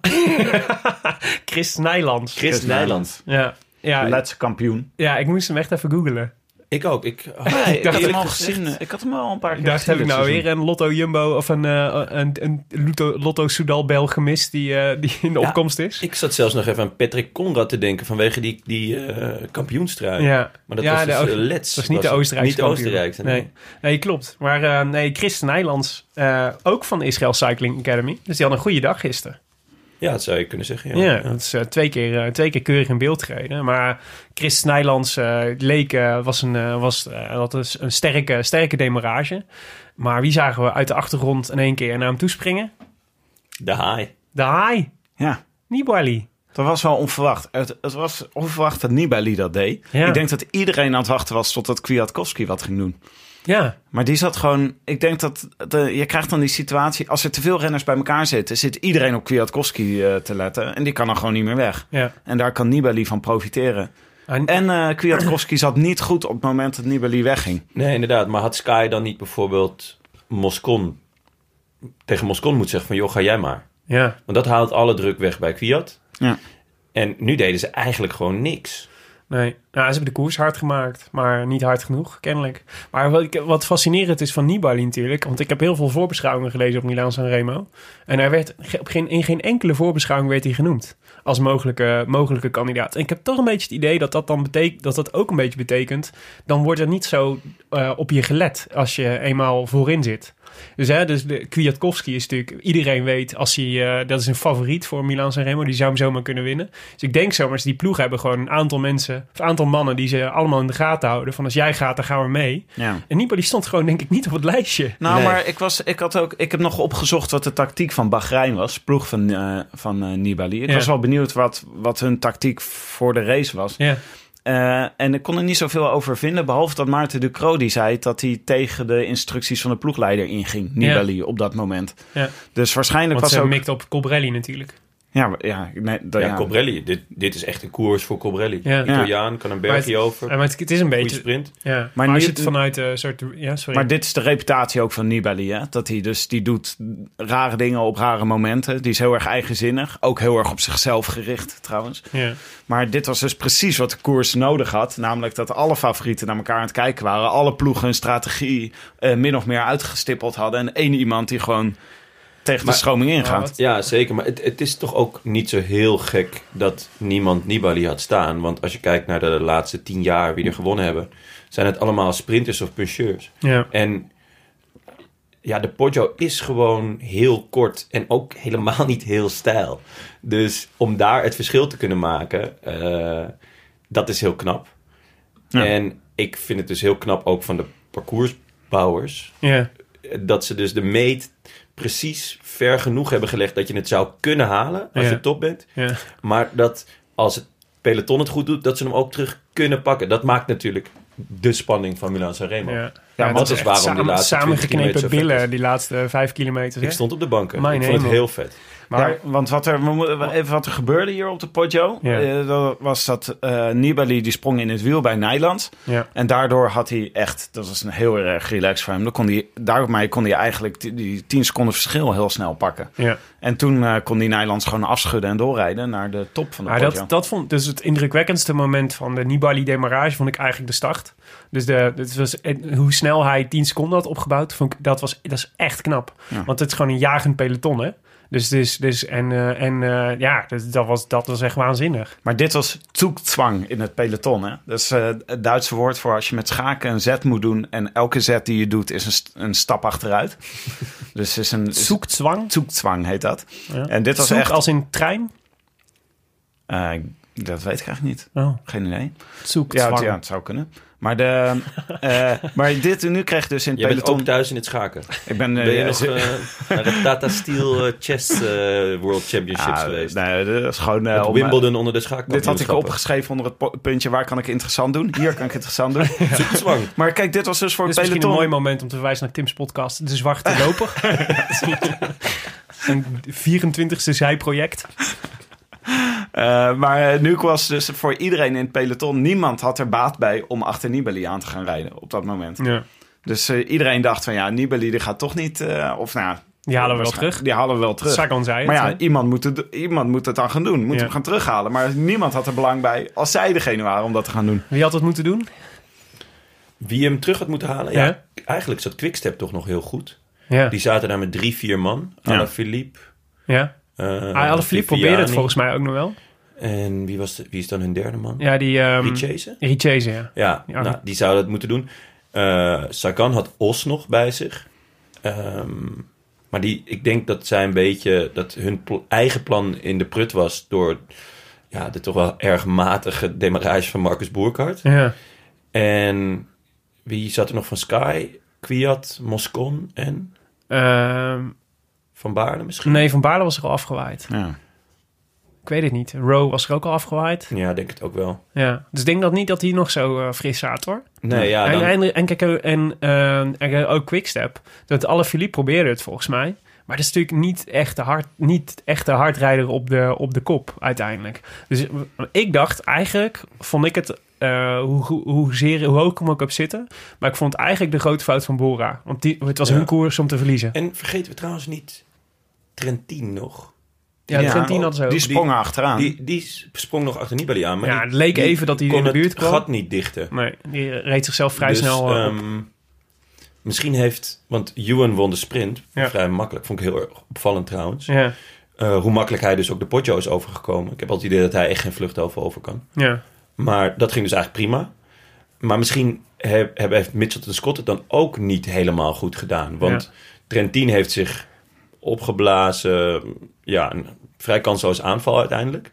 Chris Nijlands. Chris, Chris Nijlands. Ja. ja. Laatste kampioen. Ja, ik moest hem echt even googlen. Ik ook. Ik, oh, nee, ik, dacht hem al gezien. Ik had hem al een paar keer ik dacht, gezien. Heb ik nou weer een Lotto Jumbo of een, uh, een, een Lotto, Lotto Soudal Bel gemist die, uh, die in de ja, opkomst is? Ik zat zelfs nog even aan Patrick Conrad te denken vanwege die, die uh, kampioenstrui. Ja. Maar dat ja, was dus de, uh, Let's. Dat was niet de Oostenrijkse Niet de Oostenrijkse, nee. nee. Nee, klopt. Maar uh, nee, Chris Nijlands, uh, ook van de Israel Cycling Academy. Dus die had een goede dag gisteren. Ja, dat zou je kunnen zeggen. Ja, ja dat is uh, twee, keer, uh, twee keer keurig in beeld gereden. Maar Chris Nijlands uh, leek, uh, was, een, uh, was uh, dat is een sterke, sterke demarrage. Maar wie zagen we uit de achtergrond in één keer naar hem toespringen? De haai. De haai. Ja. Nibali. Dat was wel onverwacht. Het, het was onverwacht dat Nibali dat deed. Ja. Ik denk dat iedereen aan het wachten was totdat Kwiatkowski wat ging doen. Ja. Maar die zat gewoon... Ik denk dat... De, je krijgt dan die situatie... Als er te veel renners bij elkaar zitten... zit iedereen op Kwiatkowski uh, te letten. En die kan dan gewoon niet meer weg. Ja. En daar kan Nibali van profiteren. En, en uh, Kwiatkowski zat niet goed op het moment dat Nibali wegging. Nee, inderdaad. Maar had Sky dan niet bijvoorbeeld Moscon... tegen Moscon moet zeggen van... joh, ga jij maar. Ja. Want dat haalt alle druk weg bij Kwiat. Ja. En nu deden ze eigenlijk gewoon niks. Nee, nou, ze hebben de koers hard gemaakt, maar niet hard genoeg, kennelijk. Maar wat, ik, wat fascinerend is van Nibali natuurlijk, want ik heb heel veel voorbeschouwingen gelezen op Milaan-San Remo. En hij werd op geen, in geen enkele voorbeschouwing werd hij genoemd als mogelijke, mogelijke kandidaat. En ik heb toch een beetje het idee dat dat dan betekent, dat dat ook een beetje betekent, dan wordt er niet zo uh, op je gelet als je eenmaal voorin zit. Dus, hè, dus de Kwiatkowski is natuurlijk... Iedereen weet, als hij, uh, dat is een favoriet voor Milaan-San Remo. Die zou hem zomaar kunnen winnen. Dus ik denk zomaar, die ploeg hebben gewoon een aantal mensen... of een aantal mannen die ze allemaal in de gaten houden. Van als jij gaat, dan gaan we mee. Ja. En Nibali stond gewoon, denk ik, niet op het lijstje. Nou, Nee. maar ik, was, ik, had ook, ik heb nog opgezocht wat de tactiek van Bahrein was. Ploeg van, uh, van uh, Nibali. Ik Ja. was wel benieuwd wat, wat hun tactiek voor de race was. Ja. Uh, en ik kon er niet zoveel over vinden. Behalve dat Maarten Ducrot die zei dat hij tegen de instructies van de ploegleider inging. Nibali op dat moment. Ja. Dus waarschijnlijk Want was ze ook... mikt op Colbrelli natuurlijk. Ja, maar- ja, nee, dat, Ja, ja. Colbrelli. Dit, dit is echt een koers voor Colbrelli. Ja. Italiaan, kan een Maar bergje het- over. Ja, maar het, het is een Goeie beetje... sprint. Ja. Maar, Maar als je niet- het vanuit een soort... Ja, sorry. Maar dit is de reputatie ook van Nibali, hè? Dat hij dus, die doet rare dingen op rare momenten. Die is heel erg eigenzinnig. Ook heel erg op zichzelf gericht, trouwens. Ja. Maar dit was dus precies wat de koers nodig had. Namelijk dat alle favorieten naar elkaar aan het kijken waren. Alle ploegen hun strategie uh, min of meer uitgestippeld hadden. En één iemand die gewoon tegen Maar- de stroming Maar ingaat. wat- Ja, zeker. Maar het, het is toch ook niet zo heel gek dat niemand Nibali had staan. Want als je kijkt naar de laatste tien jaar wie er gewonnen hebben... zijn het allemaal sprinters of puncheurs. Ja. En ja, de Poggio is gewoon heel kort en ook helemaal niet heel steil. Dus om daar het verschil te kunnen maken, uh, dat is heel knap. Ja. En ik vind het dus heel knap ook van de parcoursbouwers... Ja. dat ze dus de meet precies ver genoeg hebben gelegd... dat je het zou kunnen halen als Ja. je top bent. Ja. Maar dat als het peloton het goed doet... dat ze hem ook terug kunnen pakken. Dat maakt natuurlijk de spanning van Milaan-San Remo. Ja. Ja, dat is echt waarom die samen, laatste twintig kilometer samengeknepen zo vet billen, is. die laatste vijf kilometer. Ik hè? stond op de banken. Mijn ik vond het hemel. heel vet. Maar Ja, want wat er, we moeten even wat er gebeurde hier op de Poggio... Ja. eh, dat was dat uh, Nibali die sprong in het wiel bij Nijland. ja. En daardoor had hij echt... Dat was een heel erg relaxed voor hem. Dan kon hij, daarmee kon hij eigenlijk die, die tien seconden verschil heel snel pakken. Ja. En toen uh, kon die Nijlands gewoon afschudden en doorrijden... naar de top van de Maar Poggio. dat, dat vond dus het indrukwekkendste moment van de Nibali-demarrage vond ik eigenlijk de start. Dus de, het was, hoe snel hij tien seconden had opgebouwd, vond ik, dat, was, dat is echt knap. Ja. Want het is gewoon een jagend peloton, hè? Dus, dus, dus en, uh, en uh, ja, dat, dat, was, dat was echt waanzinnig. Maar dit was Zugzwang in het peloton. Hè? Dat is uh, het Duitse woord voor als je met schaken een zet moet doen... en elke zet die je doet is een, st- een stap achteruit. Dus is een... is- Zoekzwang. Zugzwang heet dat. Ja. En dit was Zoek echt... als in trein? Uh, dat weet ik eigenlijk niet. Oh, Geen idee. Ja, zoekzwang. het, ja, het zou kunnen. Maar, de, uh, maar dit, nu krijg je dus in het Je bent peloton... ook thuis in het schaken. Ik ben, uh, Ben je ja, nog ze- uh, naar de Tata Steel uh, Chess uh, World Championships ah, geweest? nee, dat is gewoon... uh, Het om, uh, Wimbledon onder de dit had ik schaakkampioenschappen. opgeschreven onder het po- puntje... waar kan ik interessant doen? Hier kan ik interessant doen. Zoekzwang. Maar kijk, dit was dus voor Dit het is misschien een peloton... mooi moment om te verwijzen naar Tim's podcast. De Zwarte Loper. Een vierentwintigste zijproject. Uh, maar nu was dus voor iedereen in het peloton... niemand had er baat bij om achter Nibali aan te gaan rijden op dat moment. Ja. Dus uh, iedereen dacht van ja, Nibali die gaat toch niet... Uh, of nou, Die halen we wel waarschijn- terug. Die halen we wel terug. Sagan zei het. Maar ja, hè? iemand moet, het, iemand moet het dan gaan doen. Moet Ja. hem gaan terughalen. Maar niemand had er belang bij als zij degene waren om dat te gaan doen. Wie had dat moeten doen? Wie hem terug had moeten halen? Ja, Ja. eigenlijk zat Quickstep toch nog heel goed. Ja. Die zaten daar met drie, vier man. Ja. Alaphilippe. ja. Uh, Ah, Alaphilippe probeerde het volgens mij ook nog wel. En wie, was de, wie is dan hun derde man? Ja, die... Um, Richese? Richese, ja. Ja, Ja. nou, die zou dat moeten doen. Uh, Sagan had Os nog bij zich. Um, maar die, ik denk dat zij een beetje... dat hun pl- eigen plan in de prut was... door ja, de toch wel erg matige demarrage van Marcus Bourcard. Ja. En wie zat er nog van Sky? Kwiat, Moscon en Ehm, Van Baarle misschien? nee, Van Baarle was er al afgewaaid. Ja. Ik weet het niet. Rowe was er ook al afgewaaid. Ja, denk het ook wel. Ja. Dus ik denk dat niet dat hij nog zo uh, fris zat, hoor. Nee, ja, en, dan, en, en kijk, en, uh, en ook Quickstep. Dat Alaphilippe probeerde het volgens mij. Maar dat is natuurlijk niet echt de, hard, niet echt de hardrijder op de, op de kop uiteindelijk. Dus ik dacht eigenlijk, vond ik het, uh, hoe, hoe, hoe, zeer, hoe hoog ik hem ook op zitten. Maar ik vond het eigenlijk de grote fout van Bora. Want die, het was Ja. hun koers om te verliezen. en vergeten we trouwens niet Trentin nog. Ja, Ja, Trentin had zo. die sprongen Die- achteraan. Die, die sprong nog achter Nibali aan. Maar Ja, die- het leek die even dat hij kon in de buurt het kwam. gat niet dichten. Nee, die reed zichzelf vrij Dus, snel uh, op. ehm, misschien heeft... Want Ewan won de sprint. Ja. Vrij makkelijk. Vond ik heel erg opvallend trouwens. Ja, Uh, hoe makkelijk hij dus ook de Poggio is overgekomen. Ik heb altijd het idee dat hij echt geen vluchthoven over kan. ja. Maar dat ging dus eigenlijk prima. Maar misschien he- hebben heeft Mitchelton Scott het dan ook niet helemaal goed gedaan. Want Ja. Trentin heeft zich opgeblazen. Ja, een vrij kansloos aanval uiteindelijk.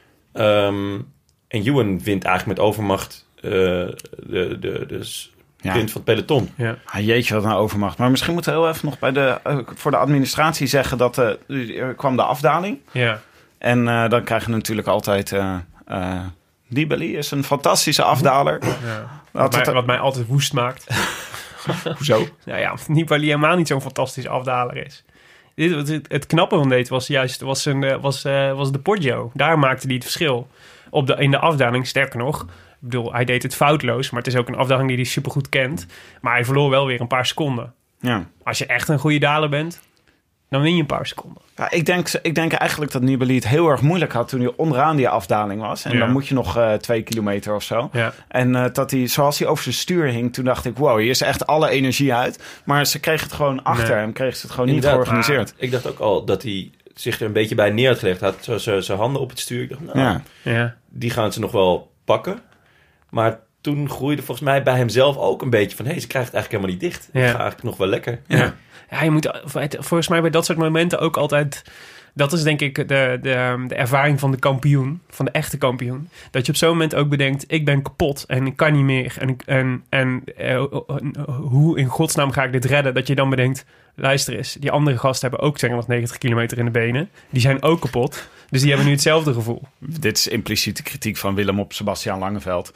Um, en Ewan wint eigenlijk met overmacht uh, de, de, de sprint van het peloton. ja. Ah, jeetje, wat een overmacht. Maar misschien moeten we heel even nog bij de, uh, voor de administratie zeggen dat uh, er kwam de afdaling. ja. En uh, dan krijgen we natuurlijk altijd... Uh, uh, Nibali is een fantastische afdaler. ja. Wat, Wat mij, het- wat mij altijd woest maakt. Hoezo? Nou ja, Nibali helemaal niet zo'n fantastisch afdaler is. Dit, wat het, het knappe van deed was juist was een, uh, was, uh, was de Poggio. Daar maakte hij het verschil. Op de, in de afdaling, sterker nog... Ik bedoel, hij deed het foutloos, maar het is ook een afdaling die hij supergoed kent. Maar hij verloor wel weer een paar seconden. Ja. Als je echt een goede daler bent, dan win je een paar seconden. Ja, ik, denk, ik denk eigenlijk dat Nibali het heel erg moeilijk had toen hij onderaan die afdaling was. En Ja. dan moet je nog uh, twee kilometer of zo. Ja. En uh, dat hij, zoals hij over zijn stuur hing, toen dacht ik, wow, hier is echt alle energie uit. Maar ze kregen het gewoon achter Nee. hem, kregen ze het gewoon Inderdaad. niet georganiseerd. Ik dacht ook al dat hij zich er een beetje bij neer had gelegd. Hij had zo zijn zijn handen op het stuur. Ik dacht, nou, Ja. Ja. die gaan ze nog wel pakken. Maar toen groeide volgens mij bij hemzelf ook een beetje van... hé, hey, ze krijgt het eigenlijk helemaal niet dicht. Ja. Het gaat eigenlijk nog wel lekker. Ja. Ja, je moet volgens mij bij dat soort momenten ook altijd... Dat is denk ik de, de, de ervaring van de kampioen, van de echte kampioen. Dat je op zo'n moment ook bedenkt, ik ben kapot en ik kan niet meer. En, ik- en, en uh, hoe in godsnaam ga ik dit redden? Dat je dan bedenkt, luister eens, die andere gasten hebben ook tweehonderdnegentig kilometer in de benen. Die zijn ook kapot. Dus die hebben nu hetzelfde gevoel. Dit is impliciete kritiek van Willem op Sebastiaan Langeveld.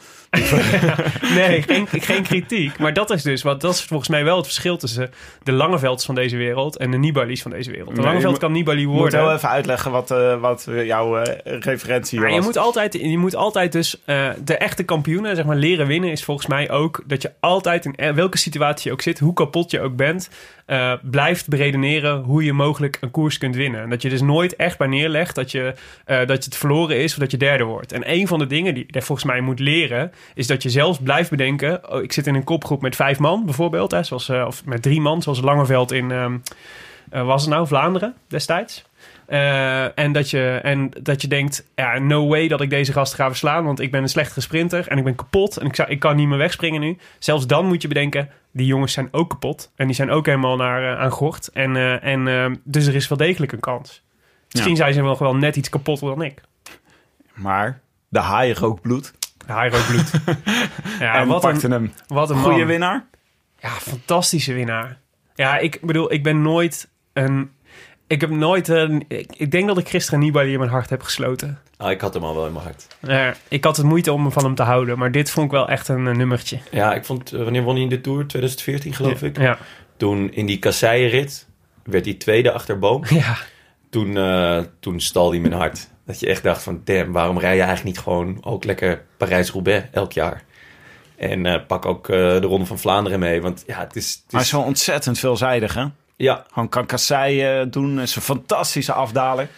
Nee, geen, geen kritiek. Maar dat is dus wat, dat is volgens mij wel het verschil tussen de Langevelds van deze wereld en de Nibali's van deze wereld. De Nee, Langeveld je kan Nibali Ik moet worden. wel even uitleggen wat, uh, wat uh, jouw uh, referentie Maar was. je moet altijd, je moet altijd dus uh, de echte kampioenen, zeg maar, leren winnen is volgens mij ook dat je altijd in welke situatie je ook zit, hoe kapot je ook bent, uh, blijft beredeneren hoe je mogelijk een koers kunt winnen. En dat je dus nooit echt bij neerlegt dat je, uh, dat je het verloren is of dat je derde wordt. En een van de dingen die je volgens mij moet leren, is dat je zelfs blijft bedenken, oh, ik zit in een kopgroep met vijf man bijvoorbeeld, hè, zoals, uh, of met drie man, zoals Langeveld in, um, uh, was het nou, Vlaanderen destijds? Uh, en, dat je, en dat je denkt, ja, no way dat ik deze gast ga verslaan, want ik ben een slechtere sprinter en ik ben kapot en ik, zou, ik kan niet meer wegspringen nu. Zelfs dan moet je bedenken, die jongens zijn ook kapot en die zijn ook helemaal naar, uh, aan gort. En, uh, en, uh, dus er is wel degelijk een kans. Misschien Ja. zijn ze wel, wel net iets kapotter dan ik. Maar de haai rook bloed. Hij rook bloed. Ja, en wat pakte een, hem. wat een Goeie man. winnaar. Ja, fantastische winnaar. Ja, ik bedoel, ik ben nooit een... Ik heb nooit een... Ik, ik denk dat ik gisteren Nibali in mijn hart heb gesloten. Ah, ik had hem al wel in mijn hart. Uh, ik had het moeite om van hem te houden, maar dit vond ik wel echt een, een nummertje. Ja, ik vond... uh, wanneer won hij in de Tour? twintig veertien, geloof ik. Ja. Toen in die kasseienrit werd hij tweede achter Boom. Ja. Toen, uh, toen stal hij mijn hart. Dat je echt dacht van, damn, waarom rij je eigenlijk niet gewoon ook lekker Parijs-Roubaix elk jaar? En uh, pak ook uh, de Ronde van Vlaanderen mee. Want ja, het is... Het is... Hij is wel ontzettend veelzijdig, hè? Ja. Gewoon kan kasseien doen. Is een fantastische afdaler.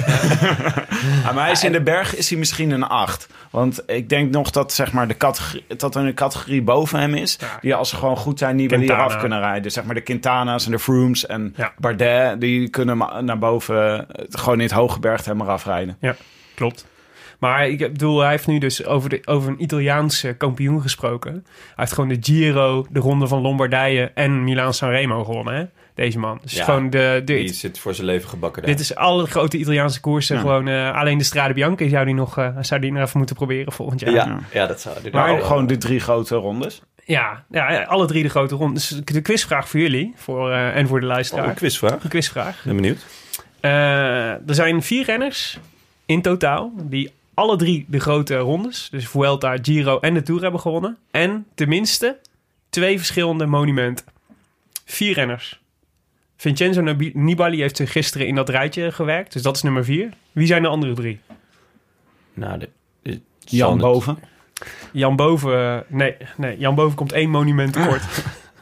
Ja, maar hij is in de berg is hij misschien een acht. Want ik denk nog dat, zeg maar, de categorie, dat er een categorie boven hem is. Ja. Die als ze gewoon goed zijn, niet wel Quintana. eraf kunnen rijden. Zeg maar de Quintana's en de Froomes en Ja. Bardet. Die kunnen ma- naar boven, gewoon in het hoge bergte helemaal afrijden. Ja, klopt. Maar ik bedoel, hij heeft nu dus over, de, over een Italiaanse kampioen gesproken. Hij heeft gewoon de Giro, de Ronde van Lombardije en Milaan-San Remo gewonnen, hè? Deze man. Dus Ja, gewoon de, de, Die zit voor zijn leven gebakken daar. dit is alle grote Italiaanse koersen. Ja. Gewoon, uh, alleen de Strade Bianche zou die nog, uh, zou die nog even moeten proberen volgend jaar. Ja, Ja. ja, dat zou... Maar Maar- ook gewoon de drie grote rondes. Ja, ja, alle drie de grote rondes. Dus de quizvraag voor jullie voor, uh, en voor de Oh, luisteraar. een quizvraag. Een quizvraag. Ben benieuwd. Uh, er zijn vier renners in totaal die alle drie de grote rondes, dus Vuelta, Giro en de Tour hebben gewonnen. En tenminste twee verschillende monumenten. Vier renners. Vincenzo Nabi- Nibali heeft zich gisteren in dat rijtje gewerkt, dus dat is nummer vier. Wie zijn de andere drie? Nou, de, de- Jan Zal het- boven. Jan Boven, nee, nee, Jan Boven komt één monument tekort.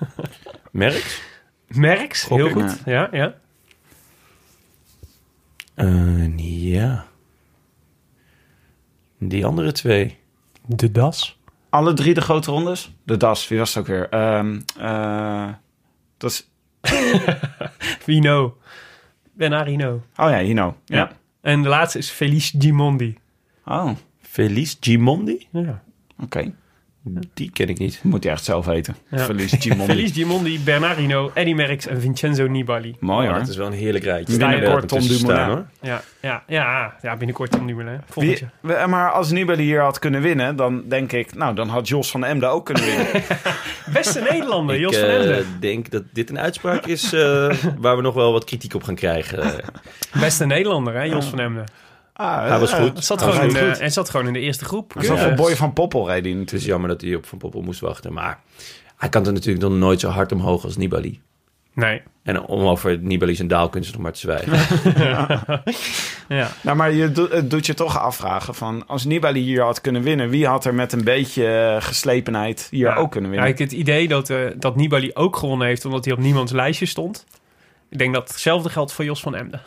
Merckx? Merckx, Gok heel ik. goed. Ja, ja. Uh, ja. Die andere twee. De Das. Alle drie de grote rondes? De Das, wie was het ook weer? Um, uh, dat is... Hino. Bernard Hinault. Oh ja, Hinault. Ja. ja. En de laatste is Felice Gimondi. Oh. Felice Gimondi? Ja. Oké. Okay. Die ken ik niet. Moet je echt zelf weten. Ja. Felice Gimondi. Felice Gimondi, Bernard Hinault, Eddy Merckx en Vincenzo Nibali. Mooi hoor. Dat is wel een heerlijk rijtje. Binnenkort Tom Dumoulin. Staan, hoor. Ja, ja, ja, ja, binnenkort Tom Dumoulin. Volgend jaar. Maar als Nibali hier had kunnen winnen, dan denk ik... Nou, dan had Jos van Emden ook kunnen winnen. Beste Nederlander, Jos ik, van Emden. Ik uh, denk dat dit een uitspraak is uh, waar we nog wel wat kritiek op gaan krijgen. Beste Nederlander, hè, Jos van Emden. Ah, hij was goed. Hij zat, hij gewoon was in, goed. Hij zat gewoon in de eerste groep. Zo voor Boy van Poppel reed hij natuurlijk. Het is jammer dat hij op Van Poppel moest wachten. Maar hij kan er natuurlijk nog nooit zo hard omhoog als Nibali. Nee. En om over Nibali zijn daalkunst nog maar te zwijgen. ja. ja. Nou, maar je do- het doet je toch afvragen van... Als Nibali hier had kunnen winnen... Wie had er met een beetje geslepenheid hier ja. ook kunnen winnen? Ja, ik heb het idee dat, uh, dat Nibali ook gewonnen heeft... omdat hij op niemands lijstje stond. Ik denk dat hetzelfde geldt voor Jos van Emden.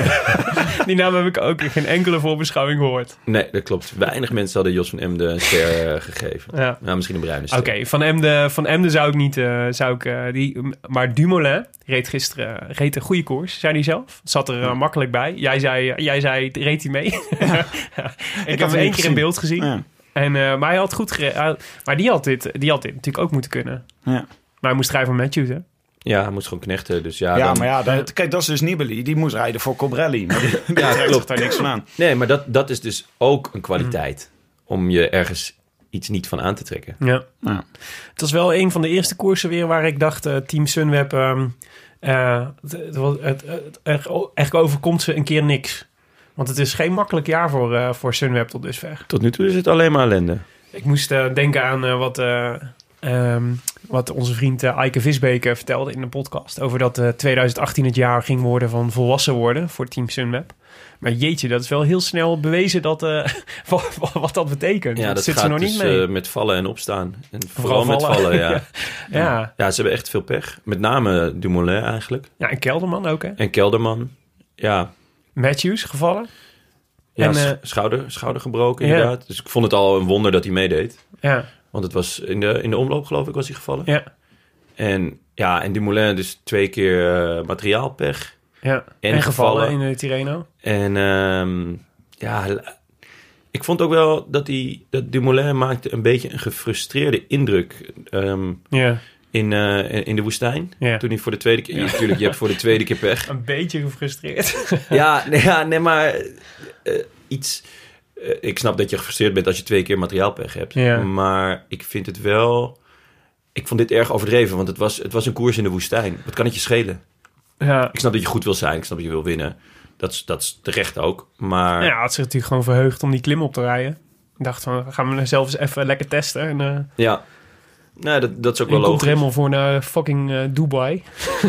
Die naam heb ik ook in geen enkele voorbeschouwing gehoord. Nee, dat klopt. Weinig mensen hadden Jos van Emden een ster uh, gegeven. Ja. Nou, misschien een bruine ster. Oké, okay, van Emden, van Emden zou ik niet... Uh, zou ik, uh, die, maar Dumoulin reed gisteren uh, reed een goede koers, zei hij zelf. Zat er uh, ja. makkelijk bij. Jij zei, uh, jij zei reed hij mee? Ja. ik, ik heb hem één keer in beeld gezien. Ja. En, uh, maar hij had goed gereden. Maar die had, dit, die had dit natuurlijk ook moeten kunnen. Ja. Maar hij moest rijden van Matthews, hè? Ja, hij moest gewoon knechten. Dus ja, ja dan... maar ja, dat, kijk, dat is dus Nibali. Die moest rijden voor Colbrelli. Maar die, die ja, klopt daar niks van aan. Nee, maar dat, dat is dus ook een kwaliteit. Mm. Om je ergens iets niet van aan te trekken. Ja. ja. Het was wel een van de eerste koersen weer waar ik dacht... Uh, Team Sunweb... Um, uh, het, het, het, het, eigenlijk overkomt ze een keer niks. Want het is geen makkelijk jaar voor, uh, voor Sunweb tot dusver. Tot nu toe is het alleen maar ellende. Ik moest uh, denken aan uh, wat... Uh, Um, wat onze vriend uh, Eike Visbeek uh, vertelde in de podcast. Over dat uh, twintig achttien het jaar ging worden van volwassen worden voor Team Sunweb. Maar jeetje, dat is wel heel snel bewezen dat, uh, wat, wat dat betekent. Ja, dat, dat zit gaat ze nog dus, niet mee. Uh, met vallen en opstaan. En vooral vooral, vooral met vallen, ja. ja. ja. Ja, ze hebben echt veel pech. Met name Dumoulin eigenlijk. Ja, en Kelderman ook, hè? En Kelderman, ja. Matthews gevallen. Ja, en, uh, schouder, schouder gebroken inderdaad. Ja. Dus ik vond het al een wonder dat hij meedeed. Ja. Want het was in de, in de omloop, geloof ik, was hij gevallen. Ja. En ja, en Dumoulin dus twee keer uh, materiaalpech. Ja. En, en gevallen, gevallen in de Tirreno. En um, ja, ik vond ook wel dat, hij, dat Dumoulin maakte een beetje een gefrustreerde indruk um, ja. in, uh, in de woestijn. Ja. Toen hij voor de tweede keer... Ja. Natuurlijk, je hebt voor de tweede keer pech. Een beetje gefrustreerd. ja, nee, ja, nee, maar uh, iets... Uh, ik snap dat je gefrustreerd bent als je twee keer materiaalpech hebt. Ja. Maar ik vind het wel... Ik vond dit erg overdreven, want het was, het was een koers in de woestijn. Wat kan het je schelen? Ja. Ik snap dat je goed wil zijn, ik snap dat je wil winnen. Dat is, dat is terecht ook, maar... Ja, had zich natuurlijk gewoon verheugd om die klim op te rijden. Ik dacht van, gaan we zelf eens even lekker testen. En, uh, ja, nee, dat, dat is ook en wel logisch. komt er helemaal voor naar fucking uh, Dubai.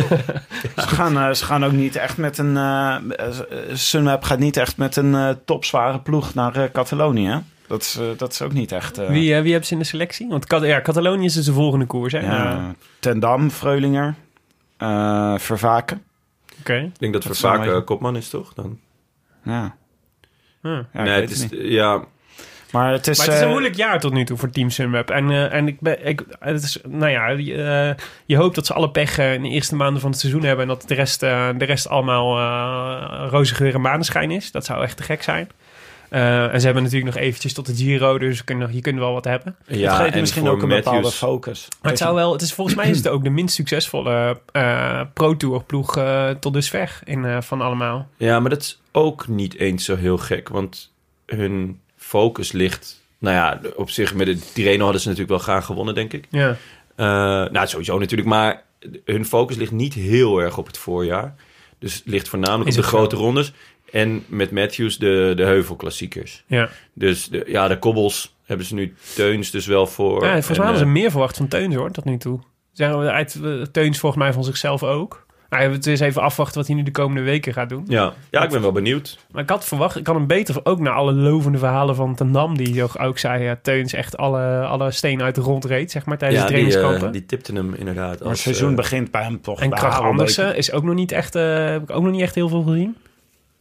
ze, gaan, uh, ze gaan ook niet echt met een... Uh, Sunweb gaat niet echt met een uh, topzware ploeg naar uh, Catalonië, hè? Dat is, uh, dat is ook niet echt... Uh... Wie, uh, wie hebben ze in de selectie? Want Cat- ja, Catalonië is dus de volgende koers, hè? Ja, uh, Ten Dam, Freulinger, uh, Vervaken. Okay. Ik denk dat, dat Vervaken uh, kopman is, toch? Dan. Ja. Huh. ja nee, het is... Het ja... Maar het is, maar het is een uh, moeilijk jaar tot nu toe voor Team Sunweb. En, uh, en ik ben, ik, het is, nou ja, uh, je hoopt dat ze alle pech uh, in de eerste maanden van het seizoen hebben. En dat de rest, uh, de rest allemaal uh, roze geur en maneschijn is. Dat zou echt te gek zijn. Uh, en ze hebben natuurlijk nog eventjes tot de Giro, dus je kunt, je kunt wel wat hebben. Ja, het geeft misschien ook een Matthews. bepaalde focus. Maar het zou wel, het is, volgens mij is het ook de minst succesvolle uh, Pro-Tour ploeg uh, tot dusver in, uh, van allemaal. Ja, maar dat is ook niet eens zo heel gek, want hun focus ligt... Nou ja, op zich met de Tirreno hadden ze natuurlijk wel graag gewonnen, denk ik. Ja. Uh, nou, sowieso natuurlijk, maar hun focus ligt niet heel erg op het voorjaar. Dus het ligt voornamelijk is op de grote wel? rondes. En met Matthews de, de heuvelklassiekers. Ja. Dus de, ja, de kobbels hebben ze nu Teuns dus wel voor. Ja, volgens mij en, hadden ze uh, meer verwacht van Teuns, hoor, tot nu toe. Zeggen we uit Teuns volgens mij van zichzelf ook. Nou, het is even afwachten wat hij nu de komende weken gaat doen. Ja, ja ik ben wel benieuwd. Maar ik had verwacht, ik kan hem beter, ook naar alle lovende verhalen van Ten Dam, die ook, ook zei, ja, Teuns echt alle, alle stenen uit de grond reed, zeg maar, tijdens ja, de trainingskampen. Die, uh, die tipte hem inderdaad. Als, maar het seizoen uh, begint bij hem toch. En Krach Andersen is ook nog niet echt, uh, heb ik ook nog niet echt heel veel gezien.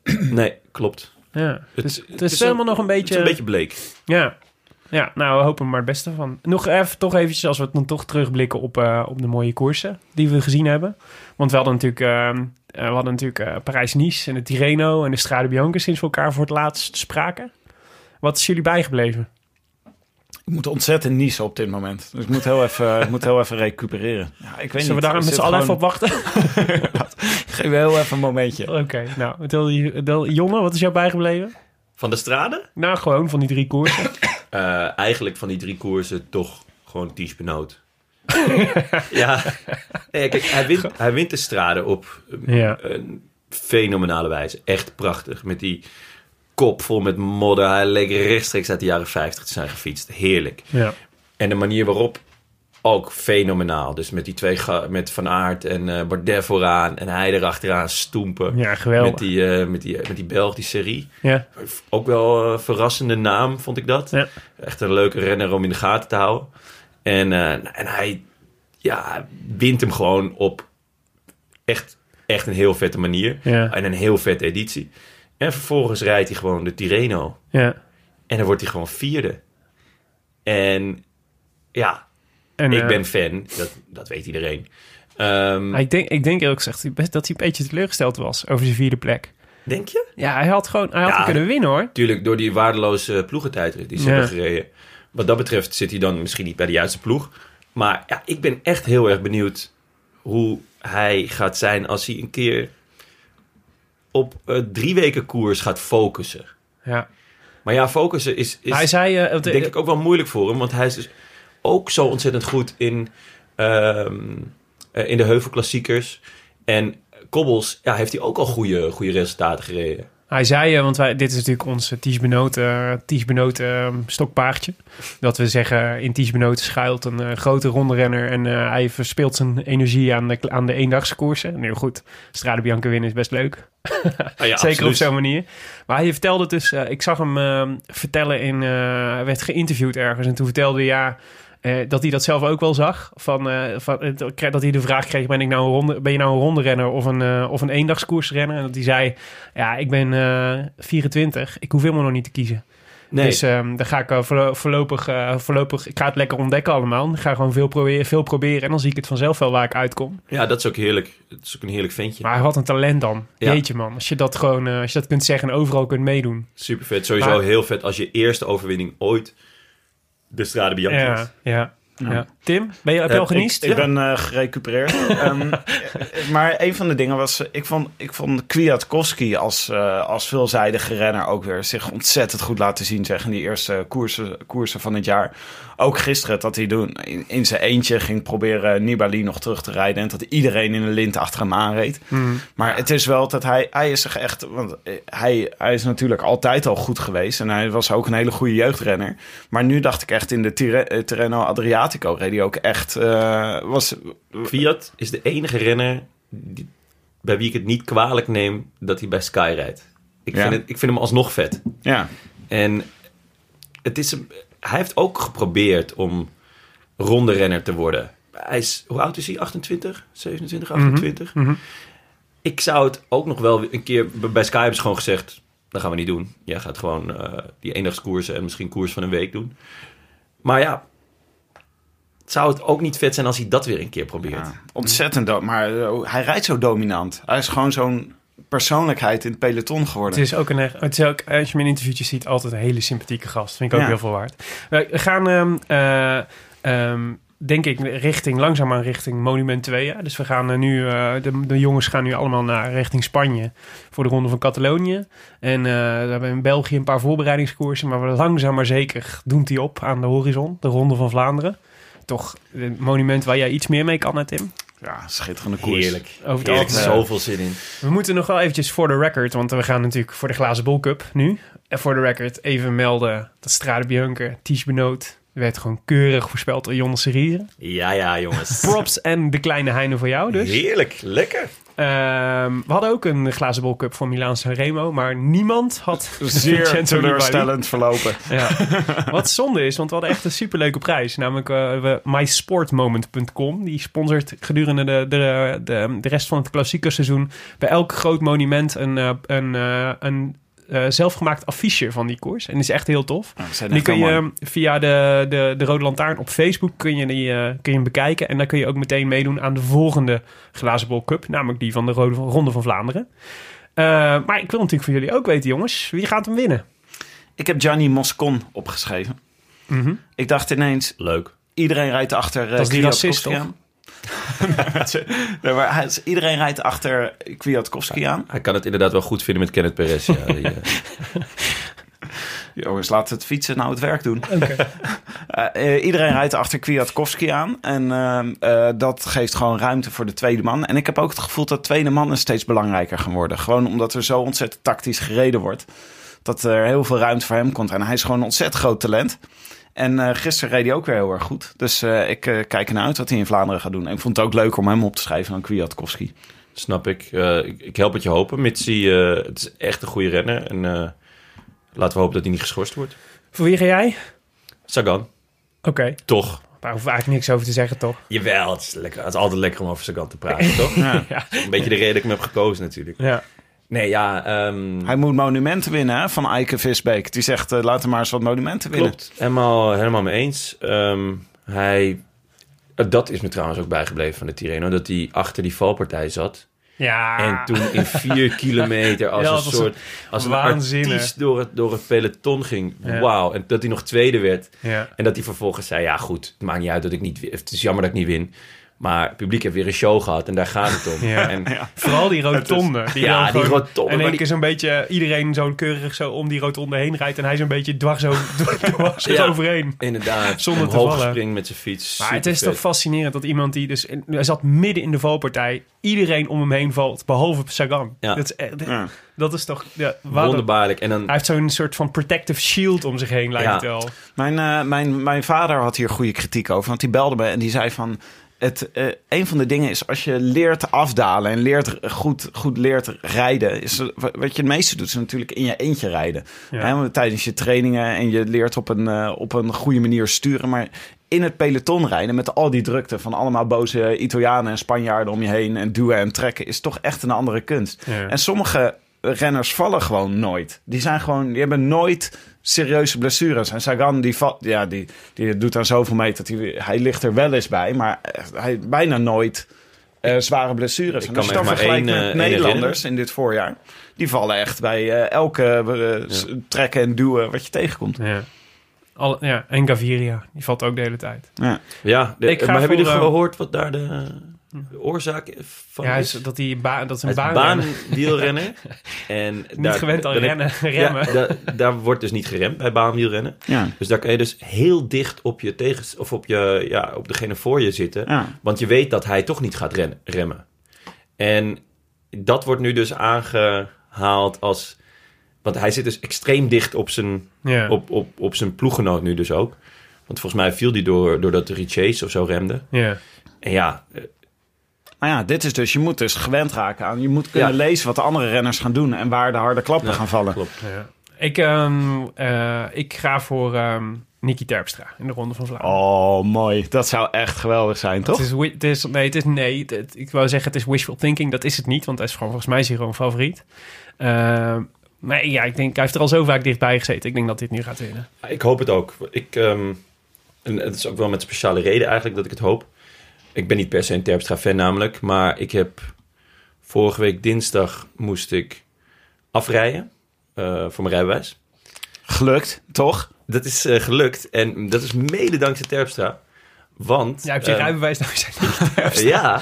Nee, klopt. Ja, Het, dus het is helemaal nog een beetje... Het is een beetje bleek. Ja. Ja, nou, we hopen er maar het beste van. Nog even, toch eventjes, als we het dan toch terugblikken op, uh, op de mooie koersen die we gezien hebben. Want we hadden natuurlijk, uh, we hadden natuurlijk uh, Parijs-Nice en de Tirreno en de Strade Bianche sinds we elkaar voor het laatst spraken. Wat is jullie bijgebleven? Ik moet ontzettend niezen op dit moment. Dus ik moet heel even, ik moet heel even recupereren. Ja, ik weet Zullen niet, we daar met z'n allen even op wachten? Geef me heel even een momentje. Oké, okay, nou, vertel, vertel, Jonne, wat is jou bijgebleven? Van de Strade? Nou, gewoon van die drie koersen. uh, eigenlijk van die drie koersen toch gewoon Ties Benoot. Ja, nee, kijk, hij wint, hij wint de Strade op ja. een fenomenale wijze. Echt prachtig. Met die kop vol met modder. Hij leek rechtstreeks uit de jaren vijftig te zijn gefietst. Heerlijk. Ja. En de manier waarop ook fenomenaal. Dus met die twee, ga- met Van Aert en uh, Bardet vooraan. En hij erachteraan stoempen. Ja, geweldig. Met die, uh, met die, met die Belg, die serie. Ja. Ook wel een uh, verrassende naam, vond ik dat. Ja. Echt een leuke renner om in de gaten te houden. En, uh, en hij ja, wint hem gewoon op echt, echt een heel vette manier. Ja. En een heel vette editie. En vervolgens rijdt hij gewoon de Tirreno. Ja. En dan wordt hij gewoon vierde. En ja... En, ik uh, ben fan, dat, dat weet iedereen. Um, ik, denk, ik denk eerlijk gezegd dat hij een beetje teleurgesteld was over zijn vierde plek. Denk je? Ja, hij had gewoon hij had ja, kunnen winnen, hoor. Tuurlijk, door die waardeloze ploegentijdrit die ze ja. hebben gereden. Wat dat betreft zit hij dan misschien niet bij de juiste ploeg. Maar ja, ik ben echt heel erg benieuwd hoe hij gaat zijn als hij een keer op uh, drie weken koers gaat focussen. Ja. Maar ja, focussen is, is hij zei, uh, denk uh, ik ook wel moeilijk voor hem, want hij is dus ook zo ontzettend goed in, uh, in de heuvelklassiekers. En kobbels, ja, heeft hij ook al goede, goede resultaten gereden. Hij zei, want wij, dit is natuurlijk ons Ties Benoot, uh, Ties Benoot uh, stokpaardje. Dat we zeggen, in Ties Benoot schuilt een uh, grote ronderenner en uh, hij verspeelt zijn energie aan de, aan de eendagskoersen. Nu goed, Strade Bianche winnen is best leuk. Ah, ja, zeker absoluut. Op zo'n manier. Maar hij vertelde dus, uh, ik zag hem uh, vertellen in, uh, hij werd geïnterviewd ergens en toen vertelde hij, ja... Uh, dat hij dat zelf ook wel zag. Van, uh, van, uh, dat hij de vraag kreeg, ben, ik nou een ronde, ben je nou een ronderenner of een, uh, of een eendagskoersrenner? En dat hij zei, ja, ik ben uh, vierentwintig. Ik hoef helemaal nog niet te kiezen. Nee. Dus um, dan ga ik uh, voorlopig, uh, voorlopig... Ik ga het lekker ontdekken allemaal. Ik ga gewoon veel proberen, veel proberen. En dan zie ik het vanzelf wel waar ik uitkom. Ja, dat is ook heerlijk. Dat is ook een heerlijk ventje. Maar wat een talent dan. Ja. Jeetje man. Als je dat gewoon uh, als je dat kunt zeggen en overal kunt meedoen. Super vet. Sowieso maar, heel vet als je eerste overwinning ooit... de Strade Bianche. Ja, ja, ja. Tim, ben je, heb je al geniest? Ik, ik ja. ben uh, gerecupereerd. um, maar een van de dingen was... Ik vond, ik vond Kwiatkowski als, uh, als veelzijdige renner ook weer zich ontzettend goed laten zien. Zeg, in die eerste koersen, koersen van het jaar. Ook gisteren dat hij doen, in, in zijn eentje ging proberen Nibali nog terug te rijden. En dat iedereen in een lint achter hem aanreed. Mm. Maar het is wel dat hij... Hij is zich echt... Want hij, hij is natuurlijk altijd al goed geweest. En hij was ook een hele goede jeugdrenner. Maar nu dacht ik echt in de Tir- Tirreno Adriatico reed hij ook echt... Uh, was... Kwiat is de enige renner die, bij wie ik het niet kwalijk neem dat hij bij Sky rijdt. Ik, ja. vind, het, ik vind hem alsnog vet. Ja. En het is een... Hij heeft ook geprobeerd om ronde renner te worden. Hij is, hoe oud is hij? achtentwintig? zevenentwintig, achtentwintig? Mm-hmm. Ik zou het ook nog wel een keer... Bij Sky hebben ze gewoon gezegd... Dat gaan we niet doen. Jij gaat gewoon uh, die eendagskoersen en misschien koers van een week doen. Maar ja... Zou het ook niet vet zijn als hij dat weer een keer probeert? Ja, ontzettend. Do- maar uh, hij rijdt zo dominant. Hij is gewoon zo'n persoonlijkheid in het peloton geworden. Het is ook een, het is ook, als je mijn interviewtjes ziet, altijd een hele sympathieke gast. Vind ik ook ja. heel veel waard. We gaan, um, uh, um, denk ik, richting, langzaamaan richting Monument twee. Ja? Dus we gaan uh, nu, uh, de, de jongens gaan nu allemaal naar richting Spanje voor de Ronde van Catalonië. En uh, we hebben in België een paar voorbereidingskoersen, maar we langzaam maar zeker doemt die op aan de horizon. De Ronde van Vlaanderen. Toch een monument waar jij iets meer mee kan, hè, Tim? Ja, schitterende koers. Heerlijk. Over Heerlijk, uh, zoveel zin in. We moeten nog wel eventjes voor de record, want we gaan natuurlijk voor de Glazen Bol Cup nu. En voor de record even melden dat Strade Bianche, Ties Benoot, werd gewoon keurig voorspeld door Jonne Seriere. Ja, ja, jongens. Props en de kleine Heine voor jou dus. Heerlijk, lekker. Um, we hadden ook een glazen bol cup voor Milaan Sanremo, maar niemand had Zeer Vincenzo Nibali. teleurstellend verlopen. Ja. Wat zonde is, want we hadden echt een superleuke prijs. Namelijk uh, we, my sport moment punt com. Die sponsort gedurende de, de, de, de rest van het klassieke seizoen bij elk groot monument een, uh, een, uh, een uh, zelfgemaakt affiche van die koers. En die is echt heel tof. Ja, die kun je mooi. Via de, de, de Rode Lantaarn op Facebook kun je, die, uh, kun je hem bekijken. En dan kun je ook meteen meedoen aan de volgende Glazen Bol Cup. Namelijk die van de Rode, Ronde van Vlaanderen. Uh, maar ik wil natuurlijk van jullie ook weten, jongens. Wie gaat hem winnen? Ik heb Gianni Moscon opgeschreven. Mm-hmm. Ik dacht ineens... Leuk. Iedereen rijdt achter... Uh, dat is die racist, toch? nee, maar hij, iedereen rijdt achter Kwiatkowski aan. Hij kan het inderdaad wel goed vinden met Kenneth Perez. Ja, die, uh... Jongens, laten we het fietsen nou het werk doen. Okay. uh, uh, iedereen rijdt achter Kwiatkowski aan. En uh, uh, dat geeft gewoon ruimte voor de tweede man. En ik heb ook het gevoel dat tweede mannen steeds belangrijker gaan worden. Gewoon omdat er zo ontzettend tactisch gereden wordt. Dat er heel veel ruimte voor hem komt. En hij is gewoon een ontzettend groot talent. En uh, gisteren reed hij ook weer heel erg goed. Dus uh, ik uh, kijk ernaar uit wat hij in Vlaanderen gaat doen. En ik vond het ook leuk om hem op te schrijven aan Kwiatkowski. Snap ik. Uh, ik. Ik help het je hopen. Mits hij, uh, het is echt een goede renner. En uh, laten we hopen dat hij niet geschorst wordt. Voor wie ga jij? Sagan. Oké. Okay. Toch? Daar hoef ik eigenlijk niks over te zeggen, toch? Jawel, het is, lekker, het is altijd lekker om over Sagan te praten, toch? Ja. Ja. Een beetje de reden dat ik hem heb gekozen natuurlijk. Ja. Nee, ja... Um... Hij moet monumenten winnen, hè, van Eike Visbeek. Die zegt, uh, laten we maar eens wat monumenten winnen. Klopt, helemaal, helemaal mee eens. Um, hij... Uh, dat is me trouwens ook bijgebleven van de Tirreno. Dat hij achter die valpartij zat. Ja. En toen in vier kilometer als ja, een soort... Als een waanzinnig. artiest door het, door het peloton ging. Ja. Wauw. En dat hij nog tweede werd. Ja. En dat hij vervolgens zei... Ja goed, het maakt niet uit dat ik niet win. Het is jammer dat ik niet win. Maar het publiek heeft weer een show gehad en daar gaat het om. Ja. En, ja. Vooral die rotonde. Die ja, die gewoon, rotonde. En één die... keer zo'n beetje iedereen zo keurig zo om die rotonde heen rijdt. En hij zo'n beetje dwars, zo, dwars ja, overheen. Inderdaad. Zonder te omhoog vallen. springt met zijn fiets. Maar het is toch fascinerend dat iemand die dus... Hij zat midden in de valpartij. Iedereen om hem heen valt, behalve Sagan. Ja. Dat, is, echt, Ja. dat is toch... Ja, wonderbaarlijk. En dan... Hij heeft zo'n soort van protective shield om zich heen, lijkt ja. het wel. Mijn, uh, mijn, mijn vader had hier goede kritiek over. Want die belde me en die zei van... Het, uh, een van de dingen is, als je leert afdalen en leert goed, goed leert rijden... Is, wat je het meeste doet, is natuurlijk in je eentje rijden. Ja. Hè, tijdens je trainingen en je leert op een, uh, op een goede manier sturen. Maar in het peloton rijden met al die drukte van allemaal boze Italianen en Spanjaarden om je heen... en duwen en trekken, is toch echt een andere kunst. Ja. En sommige renners vallen gewoon nooit. Die zijn gewoon, die hebben nooit... serieuze blessures. En Sagan, die, vat, ja, die, die doet aan zoveel mee dat hij, hij ligt er wel eens bij, maar hij bijna nooit uh, zware blessures. Ik en kan als je me dan maar vergelijkt één, met uh, Nederlanders in dit voorjaar, die vallen echt bij uh, elke uh, ja. trekken en duwen wat je tegenkomt. Ja. Al, ja, en Gaviria, die valt ook de hele tijd. Ja, ja de, Ik ga maar hebben voor, jullie uh, gehoord wat daar de, de oorzaak van Ja, is? is dat, die ba- dat is een Hij is baan. baanwielrenner. En Niet daar, gewend aan dan heb- rennen, remmen. Ja, da, daar wordt dus niet geremd bij baanwielrennen. ja. Dus daar kan je dus heel dicht op je tegen of op je ja, op degene voor je zitten, Ja. want je weet dat hij toch niet gaat rennen, remmen. En dat wordt nu dus aangehaald als, want hij zit dus extreem dicht op zijn Ja. op, op, op zijn ploeggenoot nu dus ook. Want volgens mij viel die door doordat de Richese of zo remde. Ja. En ja, eh, Maar ja, dit is dus, je moet dus gewend raken aan. Je moet kunnen Ja. lezen wat de andere renners gaan doen en waar de harde klappen Ja, gaan vallen. klopt. Ja. Ik, um, uh, ik ga voor um, Niki Terpstra in de Ronde van Vlaanderen. Oh, mooi. Dat zou echt geweldig zijn, toch? Het is, wi- het is, nee, het is, nee het, het- ik wou zeggen het is wishful thinking. Dat is het niet, want hij is gewoon, volgens mij is hij gewoon favoriet. Uh, maar ja, ik denk, hij heeft er al zo vaak dichtbij gezeten. Ik denk dat dit nu gaat winnen. Ik hoop het ook. Ik, um, en het is ook wel met speciale reden eigenlijk dat ik het hoop. Ik ben niet per se een Terpstra-fan namelijk. Maar ik heb vorige week dinsdag moest ik afrijden uh, voor mijn rijbewijs. Gelukt, toch? Dat is uh, gelukt. En dat is mede dankzij Terpstra. Want... Ja, heb je um, rijbewijs nou zijn Niki Terpstra? Ja,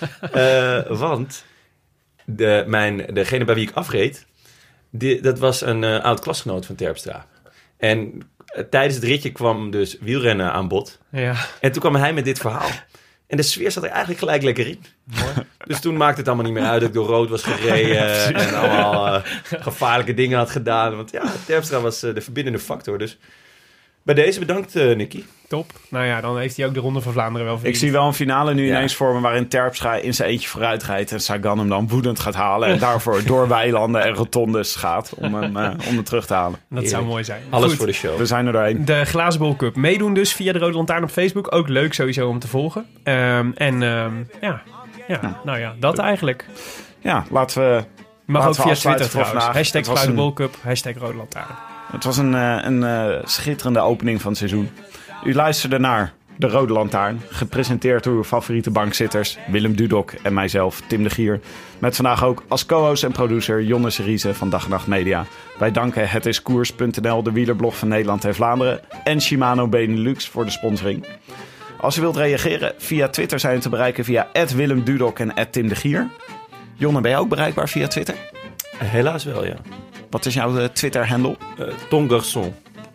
uh, want de, mijn, degene bij wie ik afreed, die, dat was een uh, oud klasgenoot van Terpstra. En uh, tijdens het ritje kwam dus wielrennen aan bod. Ja. En toen kwam hij met dit verhaal. En de sfeer zat er eigenlijk gelijk lekker in. Dus toen maakte het allemaal niet meer uit dat ik door rood was gereden. Ja, en allemaal uh, gevaarlijke dingen had gedaan. Want ja, Terpstra was uh, de verbindende factor. Dus Bij deze bedankt, uh, Nicky. Top. Nou ja, dan heeft hij ook de Ronde van Vlaanderen wel verdiend. Ik zie wel een finale nu Ja. ineens voor me waarin Terpstra in zijn eentje vooruit rijdt en Sagan hem dan woedend gaat halen en daarvoor door weilanden en rotondes gaat om hem, uh, om hem terug te halen. Dat zou mooi zijn. Alles Goed. voor de show. We zijn er doorheen. De Glazen Bol Cup. Meedoen dus via de Rode Lantaarn op Facebook. Ook leuk sowieso om te volgen. Um, en um, ja. ja, nou ja, dat eigenlijk. Ja, laten we... Mag Laten ook we via afsluiten Twitter voor trouwens. vandaag. Hashtag Het was Glazen een- Bol Cup. Hashtag Rode Lantaarn. Het was een, uh, een uh, schitterende opening van het seizoen. U luisterde naar De Rode Lantaarn, gepresenteerd door uw favoriete bankzitters Willem Dudok en mijzelf, Tim de Gier. Met vandaag ook als co-host en producer Jonne Seriese van Dag en Nacht Media. Wij danken hetiskoers punt n l, de wielerblog van Nederland en Vlaanderen, en Shimano Benelux voor de sponsoring. Als u wilt reageren, via Twitter zijn we te bereiken via at Willem Dudok en at Tim de Gier. Jonne, ben jij ook bereikbaar via Twitter? Helaas wel, ja. Wat is jouw uh, Twitter-handle? Uh, Ton Garçon.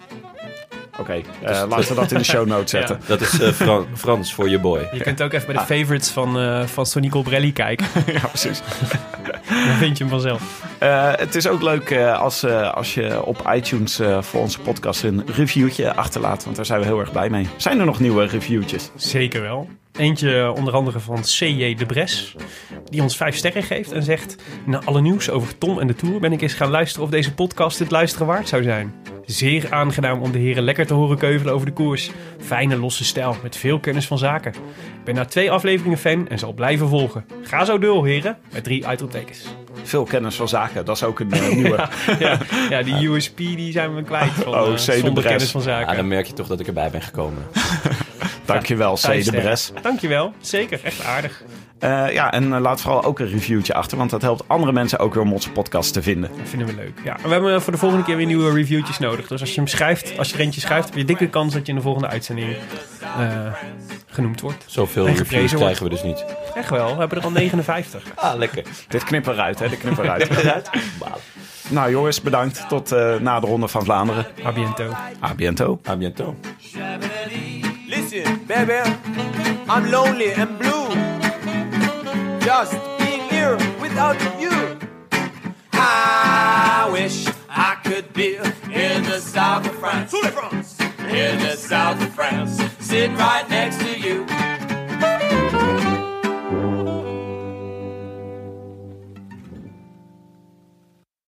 Oké, okay, uh, laten we dat in de show notes zetten. Ja. Dat is uh, Fran- Frans voor je boy. Je kunt ook even bij de favorites van, uh, van Sonny Colbrelli kijken. Ja, precies. Dan vind je hem vanzelf. Uh, het is ook leuk uh, als, uh, als je op iTunes uh, voor onze podcast een reviewtje achterlaat. Want daar zijn we heel erg blij mee. Zijn er nog nieuwe reviewtjes? Zeker wel. Eentje onder andere van C J de Bres. Die ons vijf sterren geeft en zegt... Na alle nieuws over Tom en de Tour ben ik eens gaan luisteren of deze podcast het luisteren waard zou zijn. Zeer aangenaam om de heren lekker te horen keuvelen over de koers. Fijne losse stijl met veel kennis van zaken. Ik ben na twee afleveringen fan en zal blijven volgen. Ga zo door, heren. Met drie uitroeptekens. Veel kennis van zaken, dat is ook een uh, nieuwe. ja, ja, ja, die U S P die zijn we kwijt. Van, Oh, uh, C. de zonder Bres. kennis van zaken. Ah, dan merk je toch dat ik erbij ben gekomen. Dankjewel, C. de Bres. Dankjewel, zeker. Echt aardig. Uh, ja, en uh, laat vooral ook een reviewtje achter, want dat helpt andere mensen ook weer om onze podcast te vinden. Dat vinden we leuk. Ja, we hebben voor de volgende keer weer nieuwe reviewtjes nodig. Dus als je hem schrijft, als je er eentje schrijft, heb je een dikke kans dat je in de volgende uitzending uh, genoemd wordt. Zoveel En reviews geprezen krijgen wordt. we dus niet. Echt wel, we hebben er al negenenvijftig. Ah, lekker. Dit knippen eruit, hè? Dit knippen eruit. Nou jongens, bedankt. Tot uh, na de Ronde van Vlaanderen. A biento. A biento. A biento. Listen, baby, I'm lonely and blue. Just being here without you. I wish I could be in the south of France. In the south of France. Sitting right